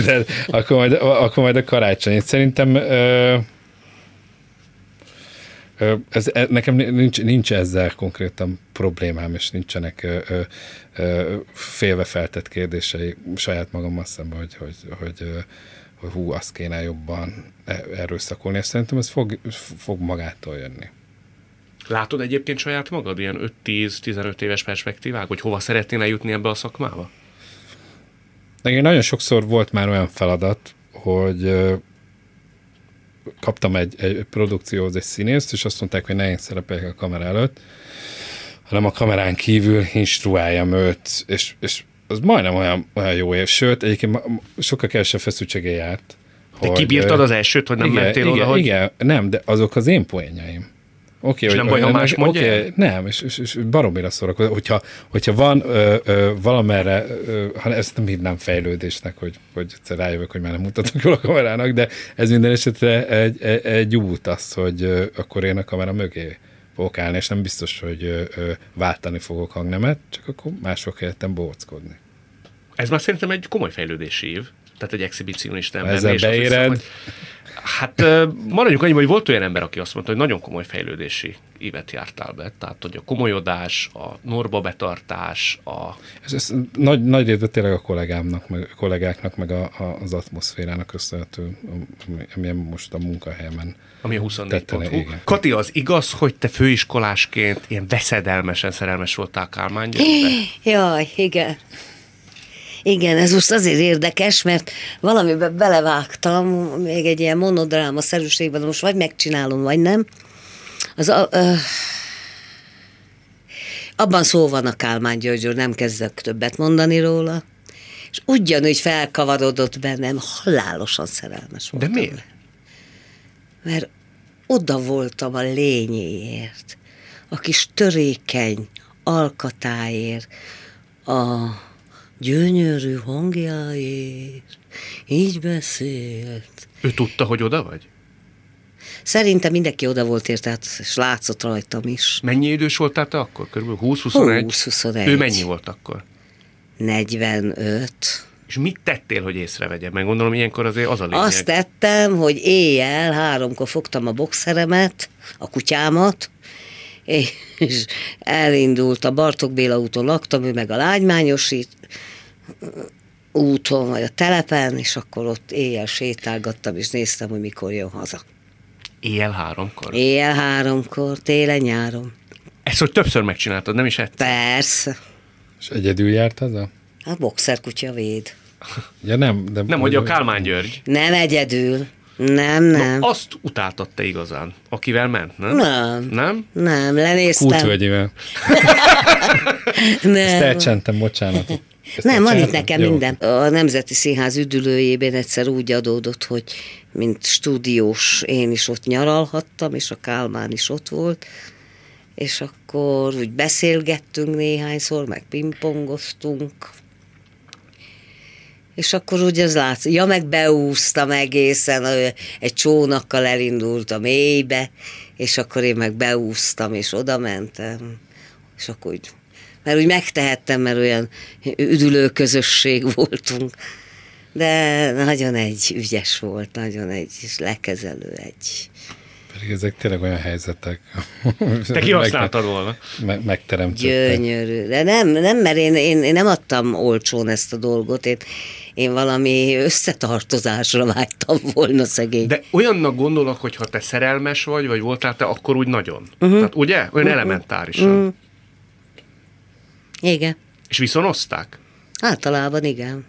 akkor majd a karácsony. Szerintem Nekem nincs ezzel konkrétan problémám, és nincsenek félve feltett kérdései saját magammal szemben, hogy hú, azt kéne jobban erőszakolni, és szerintem ez fog magától jönni. Látod egyébként saját magad ilyen 5-10-15 éves perspektívák, hogy hova szeretnél jutni ebbe a szakmába? Nekem nagyon sokszor volt már olyan feladat, hogy kaptam egy produkcióhoz egy színészt, és azt mondták, hogy ne én szerepeljek a kamera előtt, hanem a kamerán kívül instruáljam őt, és az majdnem olyan jó év. Sőt, egyébként sokkal kevesebb feszültsége járt. De kibírtad az elsőt, hogy nem mentél oda, hogy... Igen, nem, de azok az én poénjaim. És nem baj, ha más mondja? Nem, és baromira szórakozom. Hogyha van valamerre, ezt nem hívnám fejlődésnek, hogy egyszer rájövök, hogy már nem mutatok jól a kamerának, de ez minden esetre egy út az, hogy akkor én a kamera mögé fogok állni, és nem biztos, hogy váltani fogok hangnemet, csak akkor mások helyettem bóckodni. Ez már szerintem egy komoly fejlődési év. Tehát egy exhibicionista ember. Ezzel beéred? Hát maradjunk annyiban, hogy volt olyan ember, aki azt mondta, hogy nagyon komoly fejlődési évet jártál be. Tehát, hogy a komolyodás, a norma betartás, Ez nagy részben tényleg a kollégáknak, meg az atmoszférának köszönhető, amilyen most a munkahelyemen. Ami a 24.hu. Kati, az igaz, hogy te főiskolásként ilyen veszedelmesen szerelmes voltál Kálmán Györgybe? Jaj, igen. Igen, ez most azért érdekes, mert valamiben belevágtam, még egy ilyen monodráma-szerűségben, most vagy megcsinálom, vagy nem. Abban szó van a Kálmán Györgyről, nem kezdek többet mondani róla. És ugyanúgy felkavarodott bennem, halálosan szerelmes voltam. De miért? Mert oda voltam a lényéért, a kis törékeny alkatáért, a gyönyörű hangjáért, így beszélt. Ő tudta, hogy oda vagy? Szerintem mindenki oda volt érte, és látszott rajtam is. Mennyi idős voltál te akkor? Körülbelül 20-21? 20-21. Ő mennyi volt akkor? 45. És mit tettél, hogy észrevegyem? Meg gondolom, ilyenkor azért az a lényeg. Azt tettem, hogy éjjel 3-kor fogtam a boxeremet, a kutyámat, és elindult a Bartók Béla úton laktam, ő meg a Lágymányosi úton, vagy a telepen, és akkor ott éjjel sétálgattam, és néztem, hogy mikor jön haza. Éjjel 3-kor? Éjjel 3-kor, télen-nyáron. Ezt, hogy többször megcsináltad, nem is egyszer? Persze. És egyedül járt haza? Hát boxerkutya véd. Ja nem. De nem, hogy a Kálmán György. Nem egyedül. Nem. Na, azt utáltad te igazán, akivel ment, nem? Nem, lenéztem. Kútvölgyivel. Nem. Ezt elcsentem, bocsánat. Nem, van itt nekem jó. Minden. A Nemzeti Színház üdülőjében egyszer úgy adódott, hogy mint stúdiós én is ott nyaralhattam, és a Kálmán is ott volt, és akkor úgy beszélgettünk néhányszor, meg pingpongoztunk, és akkor úgy az látszik, ja, meg beúsztam egészen, egy csónakkal elindult a mélybe, és akkor én meg beúsztam, és oda mentem, és akkor úgy, mert úgy megtehettem, mert olyan üdülő közösség voltunk, de nagyon egy ügyes volt, nagyon egy lekezelő, egy... Pedig ezek tényleg olyan helyzetek. Te kihasználtad volna. Megteremtettek. Gyönyörű. De nem, mert én nem adtam olcsón ezt a dolgot, én valami összetartozásra vágytam volna szegény. De olyannak gondolok, hogy ha te szerelmes vagy voltál te, akkor úgy nagyon. Tehát ugye? Olyan elementárisan. Igen. És viszonozták? Általában igen.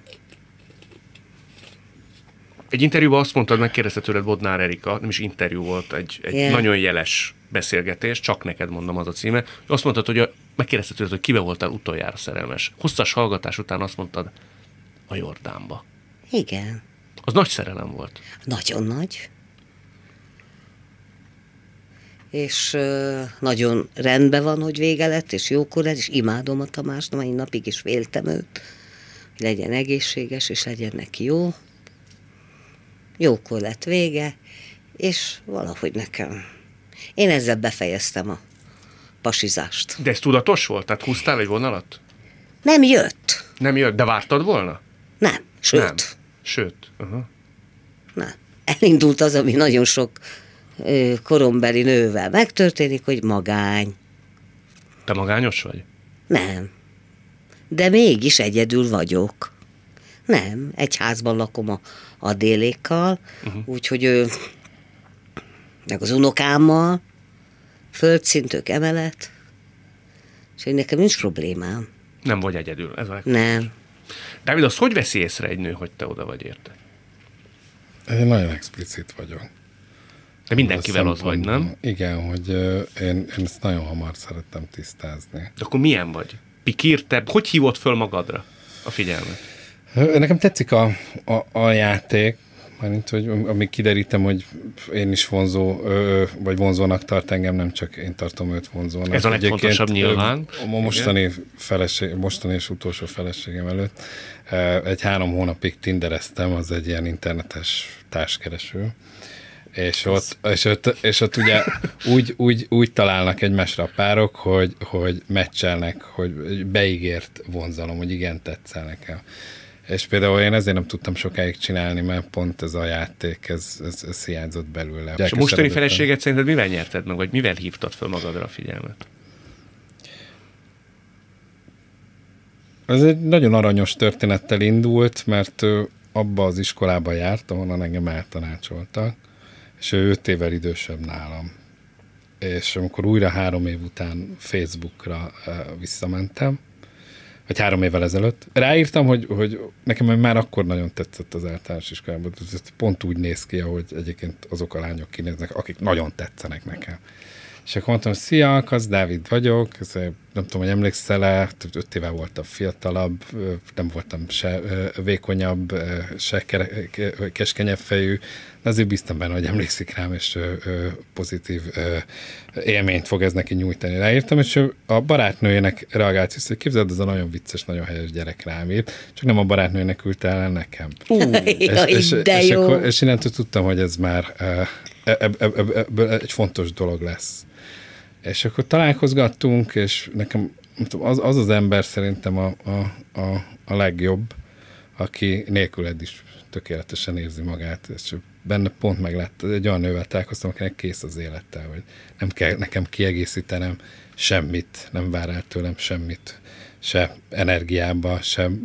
Egy interjúban azt mondtad, megkérdezte tőled Bodnár Erika, nem is interjú volt, egy nagyon jeles beszélgetés, csak neked mondom az a címe. Azt mondtad, hogy megkérdezte tőled, hogy kibe voltál utoljára szerelmes. Hosszas hallgatás után azt mondtad, a Jordánba. Igen. Az nagy szerelem volt. Nagyon nagy. És nagyon rendben van, hogy vége lett, és jókor lett, és imádom a Tamást, mai napig is féltem őt, hogy legyen egészséges, és legyen neki jó. Jókor lett vége, és valahogy nekem. Én ezzel befejeztem a pasizást. De ez tudatos volt? Tehát húztál egy vonalat? Nem jött. Nem jött, de vártad volna? Nem, sőt. Nem. Sőt. Nem. Elindult az, ami nagyon sok korombeli nővel megtörténik, hogy magány. Te magányos vagy? Nem. De mégis egyedül vagyok. Nem, egy házban lakom a délékkal, úgyhogy meg az unokámmal, földszintök emelet, és hogy nekem nincs problémám. Nem vagy egyedül, ez a legfontosabb. Nem. Dávid, azt hogy veszi észre egy nő, hogy te oda vagy érte? Én nagyon explicit vagyok. De mindenkivel az vagy, nem? Igen, hogy én ezt nagyon hamar szerettem tisztázni. De akkor milyen vagy? Pikírtebb? Hogy hívod föl magadra a figyelmet? Nekem tetszik a játék, mármint, hogy amíg kiderítem, hogy én is vonzó, vagy vonzónak tart engem, nem csak én tartom őt vonzónak. Ez a legfontosabb nyilván. A mostani és utolsó feleségem előtt egy 3 hónapig tindereztem, az egy ilyen internetes társkereső. És ott ugye úgy találnak egymásra a párok, hogy meccselnek, hogy beígért vonzalom, hogy igen, tetszel nekem. És például én ezért nem tudtam sokáig csinálni, mert pont ez a játék, ez hiányzott belőle. És a mostani feleséget szerinted mivel nyerted meg, vagy mivel hívtad fel magadra a figyelmet? Ez egy nagyon aranyos történettel indult, mert abba az iskolába járt, ahonnan engem eltanácsoltak, és ő 5 évvel idősebb nálam. És amikor újra 3 év után Facebookra visszamentem, vagy 3 évvel ezelőtt, ráírtam, hogy nekem már akkor nagyon tetszett az általános iskolában. Pont úgy néz ki, ahogy egyébként azok a lányok kinéznek, akik nagyon tetszenek nekem. És akkor mondtam, szia, az Dávid vagyok, nem tudom, hogy emlékszel-e, 5 éve voltam fiatalabb, nem voltam se vékonyabb, se keskenyebb fejű, de azért bíztam benne, hogy emlékszik rám, és pozitív élményt fog ez neki nyújtani. Ráírtam, és a barátnőjének reagált vissza, hogy képzeld, ez a nagyon vicces, nagyon helyes gyerek rám írt, csak nem a barátnőjének küldte el nekem. És innentől tudtam, hogy ez már ebből egy fontos dolog lesz. És akkor találkozgattunk, és nekem az ember szerintem a legjobb, aki nélküled is tökéletesen érzi magát, és benne pont meg lett, egy olyan nővel találkoztam, akinek kész az élettel, hogy nem kell nekem kiegészítenem semmit, nem vár el tőlem semmit, se energiába, sem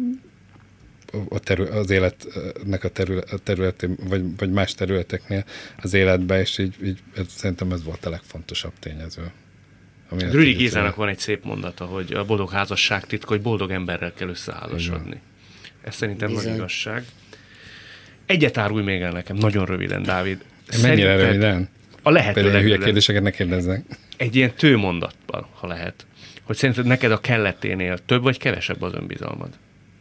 az életnek a területén, vagy más területeknél az életben, és így szerintem ez volt a legfontosabb tényező. Rüdi Gézának van egy szép mondata, hogy a boldog házasság titka, hogy boldog emberrel kell összeházasodni. Ez szerintem nagy igazság. Egyet árulj még el nekem, nagyon röviden, Dávid. Mennyire röviden? A lehető például legröviden. Hülye kérdéseket ne kérdezzek. Egy ilyen tőmondatban, ha lehet. Hogy szerinted neked a kelleténél több vagy kevesebb az önbizalmad?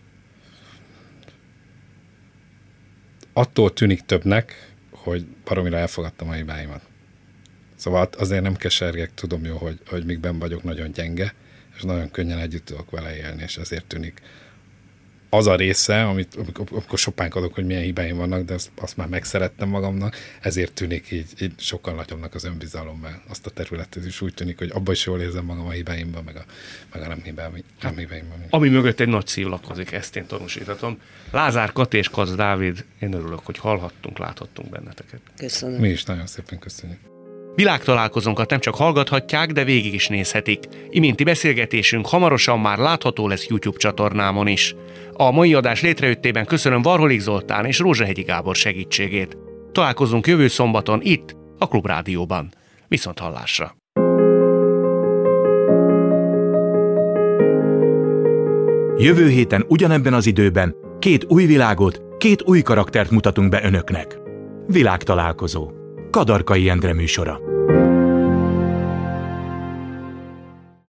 Attól tűnik többnek, hogy baromira elfogadtam a hibáimat. Szóval azért nem kesergek, tudom jó, hogy mikben vagyok nagyon gyenge, és nagyon könnyen együtt tudok vele élni, és ezért tűnik az a része, amikor sopánkodok, hogy milyen hibáim vannak, de azt már megszerettem magamnak, ezért tűnik így sokkal nagyobbnak az önbizalommal. Azt a területet is úgy tűnik, hogy abban is jól érzem magam a hibáimban, meg a nem hibáimban. Ami mögött egy nagy szív lakozik, ezt én tanúsíthatom. Lázár Kati és Kac Dávid, én örülök, hogy hallhattunk, láthattunk benneteket. Köszönöm. Mi is nagyon szépen köszönjük. Világtalálkozónkat nem csak hallgathatják, de végig is nézhetik. Iminti beszélgetésünk hamarosan már látható lesz YouTube csatornámon is. A mai adás létrejöttében köszönöm Varholik Zoltán és Rózsahegyi Gábor segítségét. Találkozunk jövő szombaton itt, a Klubrádióban. Viszont hallásra! Jövő héten ugyanebben az időben 2 új világot, 2 új karaktert mutatunk be önöknek. Világtalálkozó. Kadarkai Endre műsora.